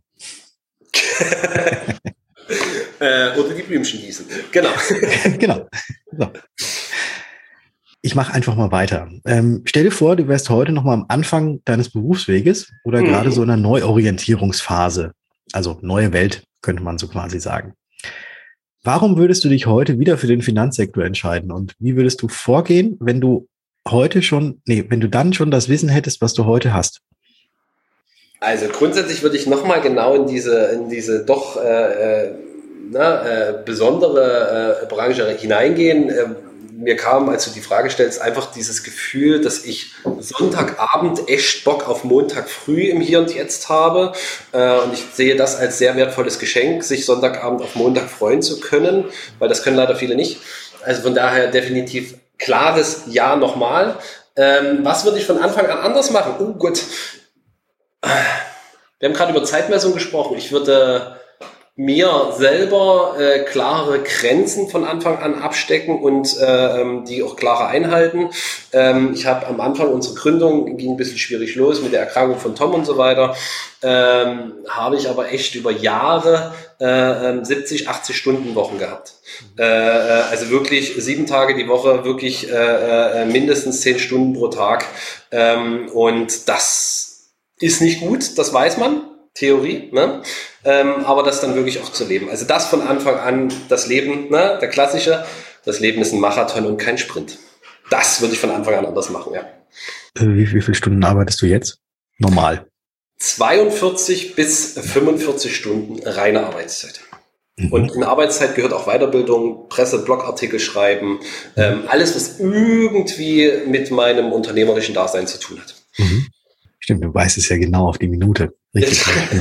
äh, oder die Blümchen gießen. Genau. Genau. So. Ich mache einfach mal weiter. Ähm, stell dir vor, du wärst heute noch mal am Anfang deines Berufsweges oder mhm. gerade so in einer Neuorientierungsphase. Also neue Welt, könnte man so quasi sagen. Warum würdest du dich heute wieder für den Finanzsektor entscheiden? Und wie würdest du vorgehen, wenn du heute schon, nee, wenn du dann schon das Wissen hättest, was du heute hast? Also grundsätzlich würde ich nochmal genau in diese, in diese doch äh, na, äh, besondere äh, Branche hineingehen. Äh, mir kam, als du die Frage stellst, einfach dieses Gefühl, dass ich Sonntagabend echt Bock auf Montag früh im Hier und Jetzt habe. Äh, und ich sehe das als sehr wertvolles Geschenk, sich Sonntagabend auf Montag freuen zu können, weil das können leider viele nicht. Also von daher definitiv klares Ja nochmal. Ähm, was würde ich von Anfang an anders machen? Oh Gott. Wir haben gerade über Zeitmessung gesprochen. Ich würde mir selber äh, klare Grenzen von Anfang an abstecken und äh, die auch klarer einhalten. Ähm, ich habe am Anfang unserer Gründung, ging ein bisschen schwierig los mit der Erkrankung von Tom und so weiter, ähm, habe ich aber echt über Jahre äh, siebzig, achtzig Stunden Wochen gehabt. Äh, also wirklich sieben Tage die Woche, wirklich äh, mindestens zehn Stunden pro Tag. Ähm, und das ist nicht gut, das weiß man. Theorie, ne? Ähm, aber das dann wirklich auch zu leben. Also das von Anfang an, das Leben, ne? Der klassische, das Leben ist ein Marathon und kein Sprint. Das würde ich von Anfang an anders machen, ja. Wie, wie viele Stunden arbeitest du jetzt? Normal. zweiundvierzig bis fünfundvierzig Stunden reine Arbeitszeit. Mhm. Und in Arbeitszeit gehört auch Weiterbildung, Presse, Blogartikel schreiben, ähm, alles, was irgendwie mit meinem unternehmerischen Dasein zu tun hat. Mhm. Stimmt, du weißt es ja genau auf die Minute. Richtig.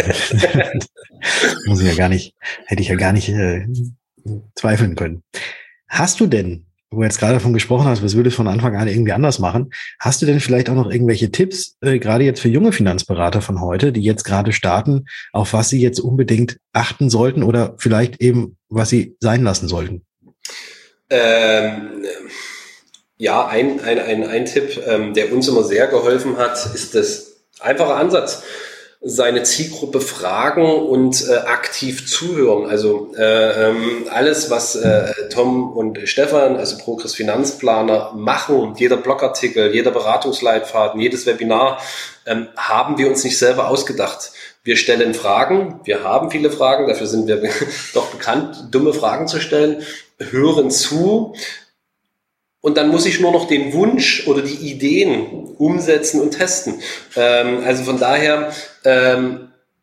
Muss ich ja gar nicht, hätte ich ja gar nicht äh, zweifeln können. Hast du denn, wo du jetzt gerade davon gesprochen hast, was würdest du von Anfang an irgendwie anders machen, hast du denn vielleicht auch noch irgendwelche Tipps, äh, gerade jetzt für junge Finanzberater von heute, die jetzt gerade starten, auf was sie jetzt unbedingt achten sollten oder vielleicht eben, was sie sein lassen sollten? Ähm, ja, ein, ein, ein, ein Tipp, ähm, der uns immer sehr geholfen hat, ist das einfache Ansatz. Seine Zielgruppe fragen und äh, aktiv zuhören. Also äh, ähm, alles, was äh, Tom und Stefan, also Progress Finanzplaner, machen, jeder Blogartikel, jeder Beratungsleitfaden, jedes Webinar, ähm, haben wir uns nicht selber ausgedacht. Wir stellen Fragen, wir haben viele Fragen, dafür sind wir doch bekannt, dumme Fragen zu stellen, hören zu. Und dann muss ich nur noch den Wunsch oder die Ideen umsetzen und testen. Ähm, also von daher ähm,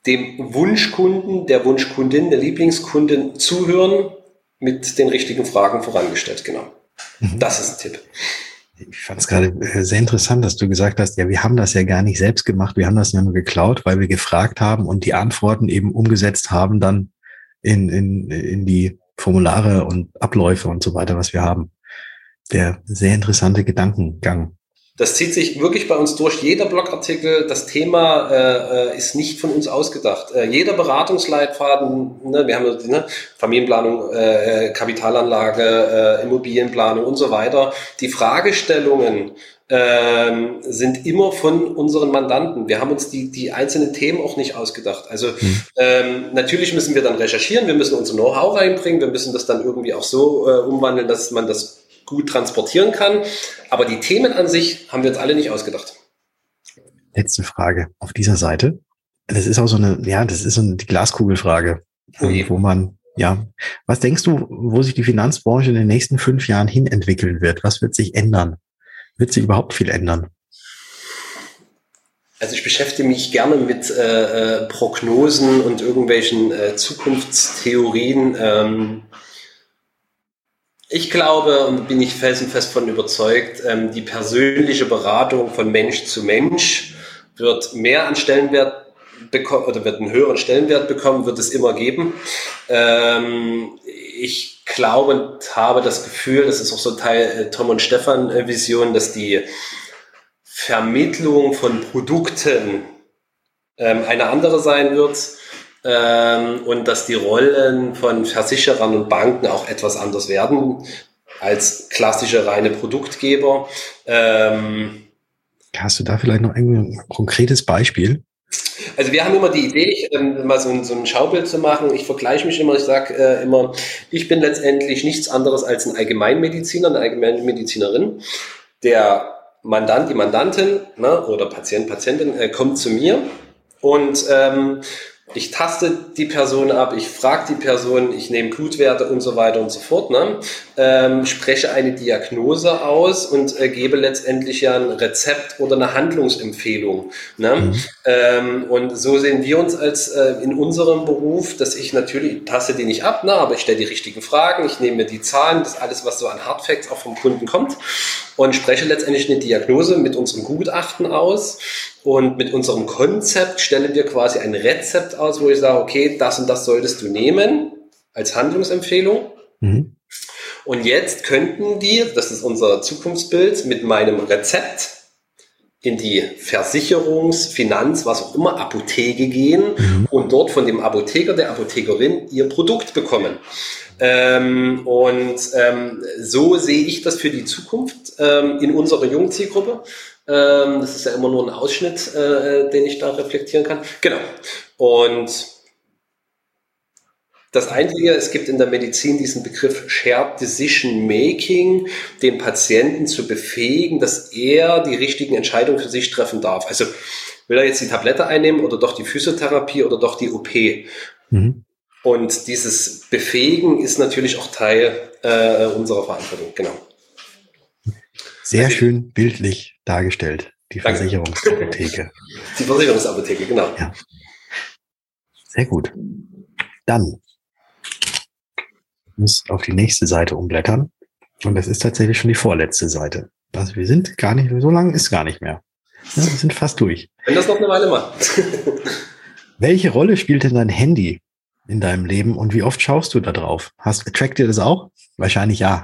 dem Wunschkunden, der Wunschkundin, der Lieblingskundin zuhören, mit den richtigen Fragen vorangestellt, genau. Mhm. Das ist ein Tipp. Ich fand es gerade sehr interessant, dass du gesagt hast, ja, wir haben das ja gar nicht selbst gemacht, wir haben das ja nur geklaut, weil wir gefragt haben und die Antworten eben umgesetzt haben dann in, in, in die Formulare und Abläufe und so weiter, was wir haben. Der sehr interessante Gedankengang. Das zieht sich wirklich bei uns durch. Jeder Blogartikel, das Thema äh, ist nicht von uns ausgedacht. Äh, jeder Beratungsleitfaden, ne, wir haben ne, Familienplanung, äh, Kapitalanlage, äh, Immobilienplanung und so weiter. Die Fragestellungen äh, sind immer von unseren Mandanten. Wir haben uns die, die einzelnen Themen auch nicht ausgedacht. Also mhm. ähm, natürlich müssen wir dann recherchieren, wir müssen unser Know-how reinbringen, wir müssen das dann irgendwie auch so äh, umwandeln, dass man das gut transportieren kann. Aber die Themen an sich haben wir uns alle nicht ausgedacht. Letzte Frage auf dieser Seite. Das ist auch so eine, ja, das ist so eine die Glaskugelfrage, okay. Wo man, ja, was denkst du, wo sich die Finanzbranche in den nächsten fünf Jahren hin entwickeln wird? Was wird sich ändern? Wird sich überhaupt viel ändern? Also ich beschäftige mich gerne mit äh, Prognosen und irgendwelchen äh, Zukunftstheorien. Ähm, Ich glaube und bin ich felsenfest von überzeugt, ähm, die persönliche Beratung von Mensch zu Mensch wird mehr an Stellenwert bekommen oder wird einen höheren Stellenwert bekommen, wird es immer geben. Ähm, ich glaube und habe das Gefühl, das ist auch so Teil äh, Tom und Stefan äh, Vision, dass die Vermittlung von Produkten ähm, eine andere sein wird. Ähm, und dass die Rollen von Versicherern und Banken auch etwas anders werden als klassische reine Produktgeber. Ähm, Hast du da vielleicht noch ein konkretes Beispiel? Also wir haben immer die Idee, ähm, mal so ein, so ein Schaubild zu machen. Ich vergleiche mich immer, ich sage äh, immer, ich bin letztendlich nichts anderes als ein Allgemeinmediziner, eine Allgemeinmedizinerin. Der Mandant, die Mandantin, ne, oder Patient, Patientin äh, kommt zu mir und ähm, ich taste die Person ab, ich frage die Person, ich nehme Blutwerte und so weiter und so fort, ne? ähm, spreche eine Diagnose aus und äh, gebe letztendlich ja ein Rezept oder eine Handlungsempfehlung. Ne? Mhm. Ähm, und so sehen wir uns als äh, in unserem Beruf, dass ich natürlich taste die nicht ab, ne? Aber ich stelle die richtigen Fragen, ich nehme mir die Zahlen, das alles, was so an Hardfacts auch vom Kunden kommt und spreche letztendlich eine Diagnose mit unserem Gutachten aus. Und mit unserem Konzept stellen wir quasi ein Rezept aus, wo ich sage, okay, das und das solltest du nehmen als Handlungsempfehlung. Mhm. Und jetzt könnten die, das ist unser Zukunftsbild, mit meinem Rezept in die Versicherungs-, Finanz-, was auch immer, Apotheke gehen mhm. und dort von dem Apotheker, der Apothekerin ihr Produkt bekommen. Ähm, und ähm, so sehe ich das für die Zukunft ähm, in unserer Jungzielgruppe. Ähm, das ist ja immer nur ein Ausschnitt, äh, den ich da reflektieren kann. Genau. Und das Einzige, es gibt in der Medizin diesen Begriff Shared Decision Making, den Patienten zu befähigen, dass er die richtigen Entscheidungen für sich treffen darf. Also will er jetzt die Tablette einnehmen oder doch die Physiotherapie oder doch die O P? Mhm. Und dieses Befähigen ist natürlich auch Teil äh, unserer Verantwortung. Genau. Sehr also, schön bildlich dargestellt, die Versicherungsapotheke. Die Versicherungsapotheke, genau. Ja. Sehr gut. Dann muss auf die nächste Seite umblättern. Und das ist tatsächlich schon die vorletzte Seite. Also wir sind gar nicht, so lang ist gar nicht mehr. Ja, wir sind fast durch. Wenn das noch eine Weile macht. Welche Rolle spielt denn dein Handy in deinem Leben und wie oft schaust du da drauf? Hast, trackt dir das auch? Wahrscheinlich ja.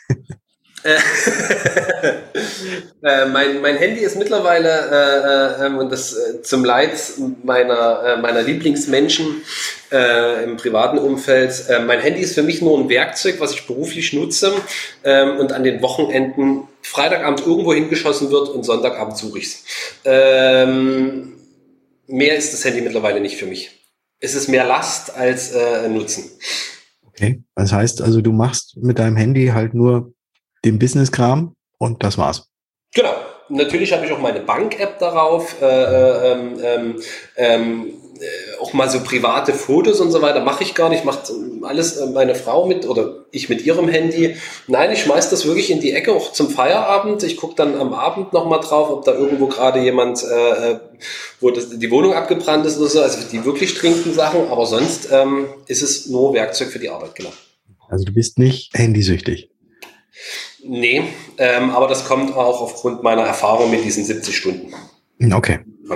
äh, mein, mein Handy ist mittlerweile äh, äh, und das äh, zum Leid meiner, äh, meiner Lieblingsmenschen äh, im privaten Umfeld. Äh, mein Handy ist für mich nur ein Werkzeug, was ich beruflich nutze äh, und an den Wochenenden Freitagabend irgendwo hingeschossen wird und Sonntagabend suche ich es. Ähm, mehr ist das Handy mittlerweile nicht für mich. Es ist mehr Last als äh, Nutzen. Okay, das heißt also, du machst mit deinem Handy halt nur den Business-Kram und das war's. Genau. Natürlich habe ich auch meine Bank-App darauf, äh, ähm, ähm, äh, auch mal so private Fotos und so weiter mache ich gar nicht, macht alles äh, meine Frau mit oder ich mit ihrem Handy. Nein, ich schmeiß das wirklich in die Ecke, auch zum Feierabend. Ich gucke dann am Abend nochmal drauf, ob da irgendwo gerade jemand, äh, wo das, die Wohnung abgebrannt ist oder so, also die wirklich dringenden Sachen, aber sonst ähm, ist es nur Werkzeug für die Arbeit, genau. Also du bist nicht handysüchtig? Nee, ähm, aber das kommt auch aufgrund meiner Erfahrung mit diesen siebzig Stunden. Okay. Ja.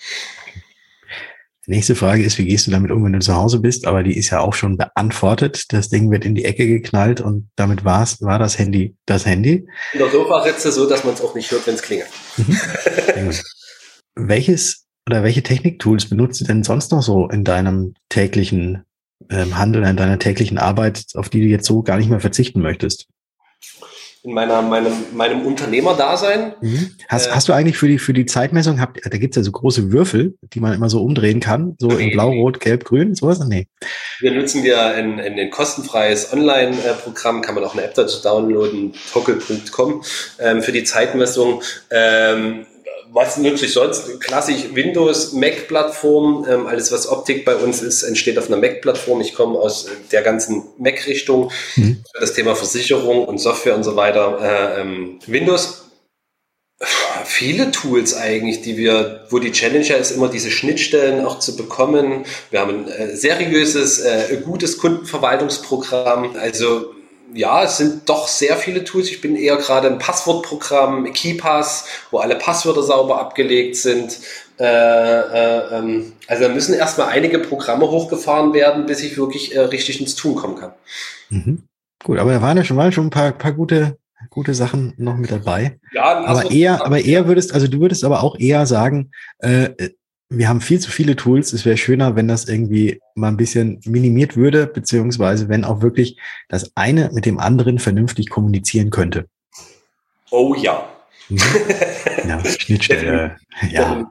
Die nächste Frage ist, wie gehst du damit um, wenn du zu Hause bist? Aber die ist ja auch schon beantwortet. Das Ding wird in die Ecke geknallt und damit war's, war das Handy das Handy. In der Sofaritze so, dass man es auch nicht hört, wenn es klingelt. Mhm. Welches oder welche Techniktools benutzt du denn sonst noch so in deinem täglichen ähm, Handeln, in deiner täglichen Arbeit, auf die du jetzt so gar nicht mehr verzichten möchtest? In meiner, meinem, meinem Unternehmerdasein. Mhm. Hast, äh, hast du eigentlich für die, für die Zeitmessung, habt, da gibt's ja so große Würfel, die man immer so umdrehen kann, so nee, in Blau, Rot, Gelb, Grün, sowas? Nee. Wir nutzen wir ein, ein, ein kostenfreies Online-Programm, kann man auch eine App dazu downloaden, toggle punkt com, ähm, für die Zeitmessung. Ähm, was nutze ich sonst? Klassisch Windows, Mac-Plattform. Ähm, alles, was Optik bei uns ist, entsteht auf einer Mac-Plattform. Ich komme aus der ganzen Mac-Richtung. Mhm. Das Thema Versicherung und Software und so weiter. Äh, ähm, Windows. Viele Tools eigentlich, die wir, wo die Challenge ist, immer diese Schnittstellen auch zu bekommen. Wir haben ein äh, seriöses, äh, gutes Kundenverwaltungsprogramm. Also ja, es sind doch sehr viele Tools. Ich bin eher gerade im Passwortprogramm, KeePass, wo alle Passwörter sauber abgelegt sind. Äh, äh, ähm, also da müssen erstmal einige Programme hochgefahren werden, bis ich wirklich äh, richtig ins Tun kommen kann. Mhm. Gut, aber da waren ja schon mal schon ein paar, paar gute, gute Sachen noch mit dabei. Ja, aber eher, aber eher würdest, also du würdest aber auch eher sagen, äh, wir haben viel zu viele Tools. Es wäre schöner, wenn das irgendwie mal ein bisschen minimiert würde, beziehungsweise wenn auch wirklich das eine mit dem anderen vernünftig kommunizieren könnte. Oh ja. Ja, Schnittstelle. Ja.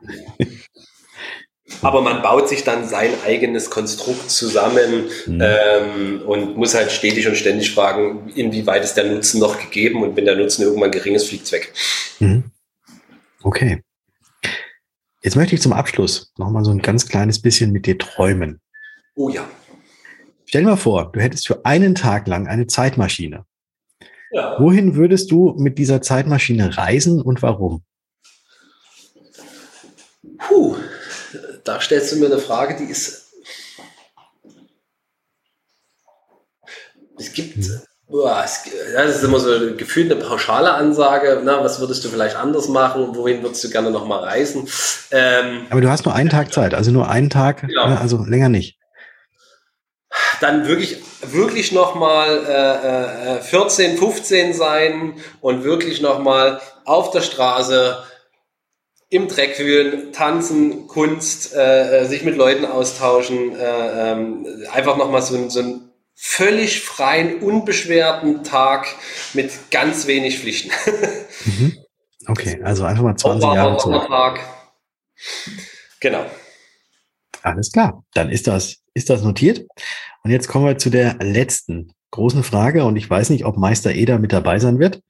Aber man baut sich dann sein eigenes Konstrukt zusammen mhm. ähm, und muss halt stetig und ständig fragen, inwieweit ist der Nutzen noch gegeben, und wenn der Nutzen irgendwann gering ist, fliegt es weg. Mhm. Okay. Jetzt möchte ich zum Abschluss noch mal so ein ganz kleines bisschen mit dir träumen. Oh ja. Stell dir mal vor, du hättest für einen Tag lang eine Zeitmaschine. Ja. Wohin würdest du mit dieser Zeitmaschine reisen und warum? Puh, da stellst du mir eine Frage, die ist... Es gibt... Hm. Boah, es, das ist immer so gefühlt eine pauschale Ansage. Na, was würdest du vielleicht anders machen? Wohin würdest du gerne noch mal reisen? Ähm, Aber du hast nur einen Tag Zeit, also nur einen Tag, genau. Also länger nicht. Dann wirklich, wirklich noch mal äh, vierzehn, fünfzehn sein und wirklich noch mal auf der Straße im Dreck wühlen, tanzen, Kunst, äh, sich mit Leuten austauschen, äh, äh, einfach noch mal so ein, so ein völlig freien, unbeschwerten Tag mit ganz wenig Pflichten. Mhm. Okay, also einfach mal zwanzig Jahre zurück. Tag. Genau. Alles klar, dann ist das, ist das notiert. Und jetzt kommen wir zu der letzten großen Frage, und ich weiß nicht, ob Meister Eder mit dabei sein wird.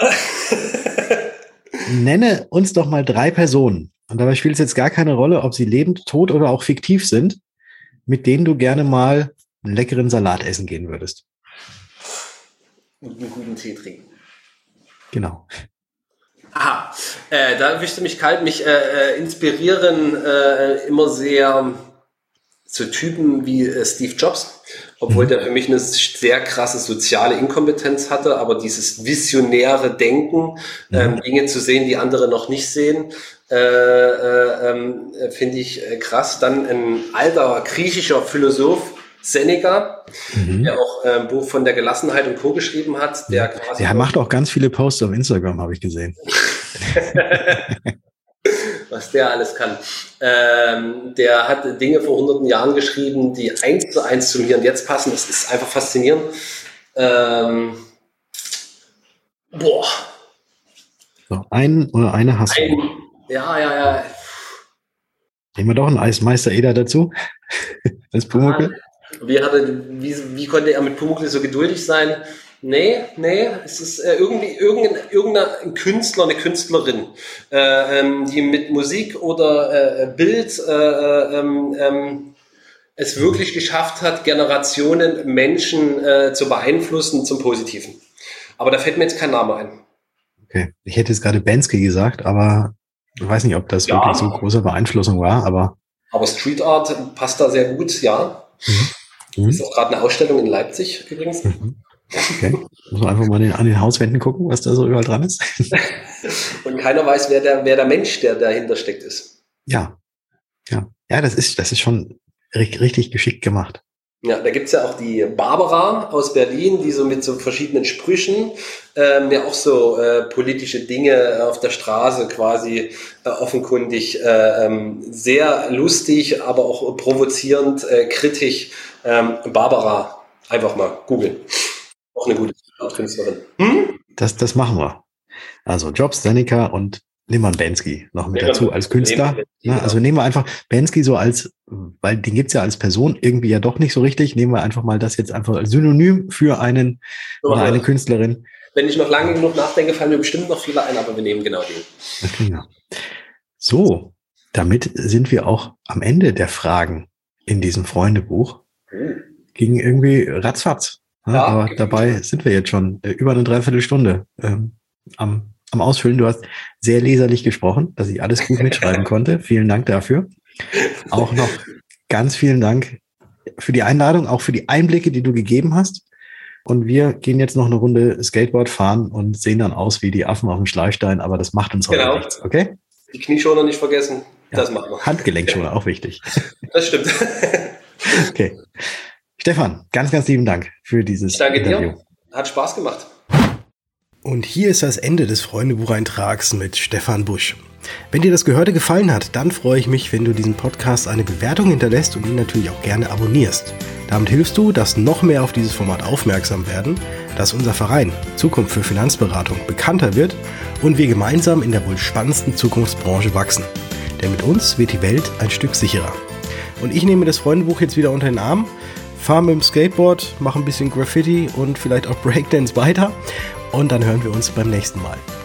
Nenne uns doch mal drei Personen, und dabei spielt es jetzt gar keine Rolle, ob sie lebend, tot oder auch fiktiv sind, mit denen du gerne mal einen leckeren Salat essen gehen würdest. Und einen guten Tee trinken. Genau. Aha, äh, da erwischte mich kalt. Mich äh, inspirieren äh, immer sehr so Typen wie äh, Steve Jobs, obwohl mhm. der für mich eine sehr krasse soziale Inkompetenz hatte, aber dieses visionäre Denken, mhm. ähm, Dinge zu sehen, die andere noch nicht sehen, äh, äh, äh, finde ich äh, krass. Dann ein alter griechischer Philosoph, Seneca, mhm. der auch ein äh, Buch von der Gelassenheit und Co. geschrieben hat. Der, quasi der macht auch ganz viele Posts auf Instagram, habe ich gesehen. Was der alles kann. Ähm, der hat Dinge vor hunderten Jahren geschrieben, die eins zu eins zum Hier und Jetzt passen. Das ist einfach faszinierend. Ähm, boah. So, einen oder eine hast ein, du. Ja, ja, ja. Nehmen wir doch einen Eismeister Eder dazu. Das Pumuckl. Wie, hatte, wie, wie konnte er mit Pumuckl so geduldig sein? Nee, nee, es ist äh, irgendwie irgendein, irgendein Künstler, eine Künstlerin, äh, ähm, die mit Musik oder äh, Bild äh, ähm, ähm, es wirklich geschafft hat, Generationen Menschen äh, zu beeinflussen zum Positiven. Aber da fällt mir jetzt kein Name ein. Okay, ich hätte jetzt gerade Banksy gesagt, aber ich weiß nicht, ob das Ja. wirklich so große Beeinflussung war, aber... Aber Street Art passt da sehr gut, ja. Mhm. Ist auch gerade eine Ausstellung in Leipzig übrigens. Mhm. Okay, muss man einfach mal den, an den Hauswänden gucken, was da so überall dran ist. Und keiner weiß, wer der, wer der Mensch, der dahinter steckt, ist. Ja, ja, ja, das ist, das ist schon richtig, richtig geschickt gemacht. Ja, da gibt's ja auch die Barbara aus Berlin, die so mit so verschiedenen Sprüchen ähm, ja auch so äh, politische Dinge auf der Straße quasi äh, offenkundig äh, ähm, sehr lustig, aber auch provozierend, äh, kritisch. Ähm, Barbara, einfach mal googeln. Auch eine gute Künstlerin. Hm? Das, das machen wir. Also Jobs, Danica und nehmen wir einen Banksy noch mit dazu als Künstler. Na, also nehmen wir einfach Banksy so als, weil den gibt's ja als Person irgendwie ja doch nicht so richtig, nehmen wir einfach mal das jetzt einfach als Synonym für einen so oder eine Künstlerin. Wenn ich noch lange genug nachdenke, fallen mir bestimmt noch viele ein, aber wir nehmen genau den. Okay, ja. So, damit sind wir auch am Ende der Fragen in diesem Freundebuch. Hm. Ging irgendwie ratzfatz. Ja, ja, aber dabei sind wir jetzt schon äh, über eine Dreiviertelstunde ähm, am, am Ausfüllen. Du hast sehr leserlich gesprochen, dass ich alles gut mitschreiben konnte. Vielen Dank dafür. Auch noch ganz vielen Dank für die Einladung, auch für die Einblicke, die du gegeben hast. Und wir gehen jetzt noch eine Runde Skateboard fahren und sehen dann aus wie die Affen auf dem Schleifstein, aber das macht uns heute genau. nichts, okay? Die Knieschoner nicht vergessen, ja, das machen wir. Handgelenkschoner, auch wichtig. Das stimmt. Okay. Stefan, ganz, ganz lieben Dank für dieses Danke Interview. Dir. Hat Spaß gemacht. Und hier ist das Ende des Freundebucheintrags mit Stefan Busch. Wenn dir das Gehörte gefallen hat, dann freue ich mich, wenn du diesem Podcast eine Bewertung hinterlässt und ihn natürlich auch gerne abonnierst. Damit hilfst du, dass noch mehr auf dieses Format aufmerksam werden, dass unser Verein Zukunft für Finanzberatung bekannter wird und wir gemeinsam in der wohl spannendsten Zukunftsbranche wachsen. Denn mit uns wird die Welt ein Stück sicherer. Und ich nehme das Freundebuch jetzt wieder unter den Arm, fahre mit dem Skateboard, mache ein bisschen Graffiti und vielleicht auch Breakdance weiter und dann hören wir uns beim nächsten Mal.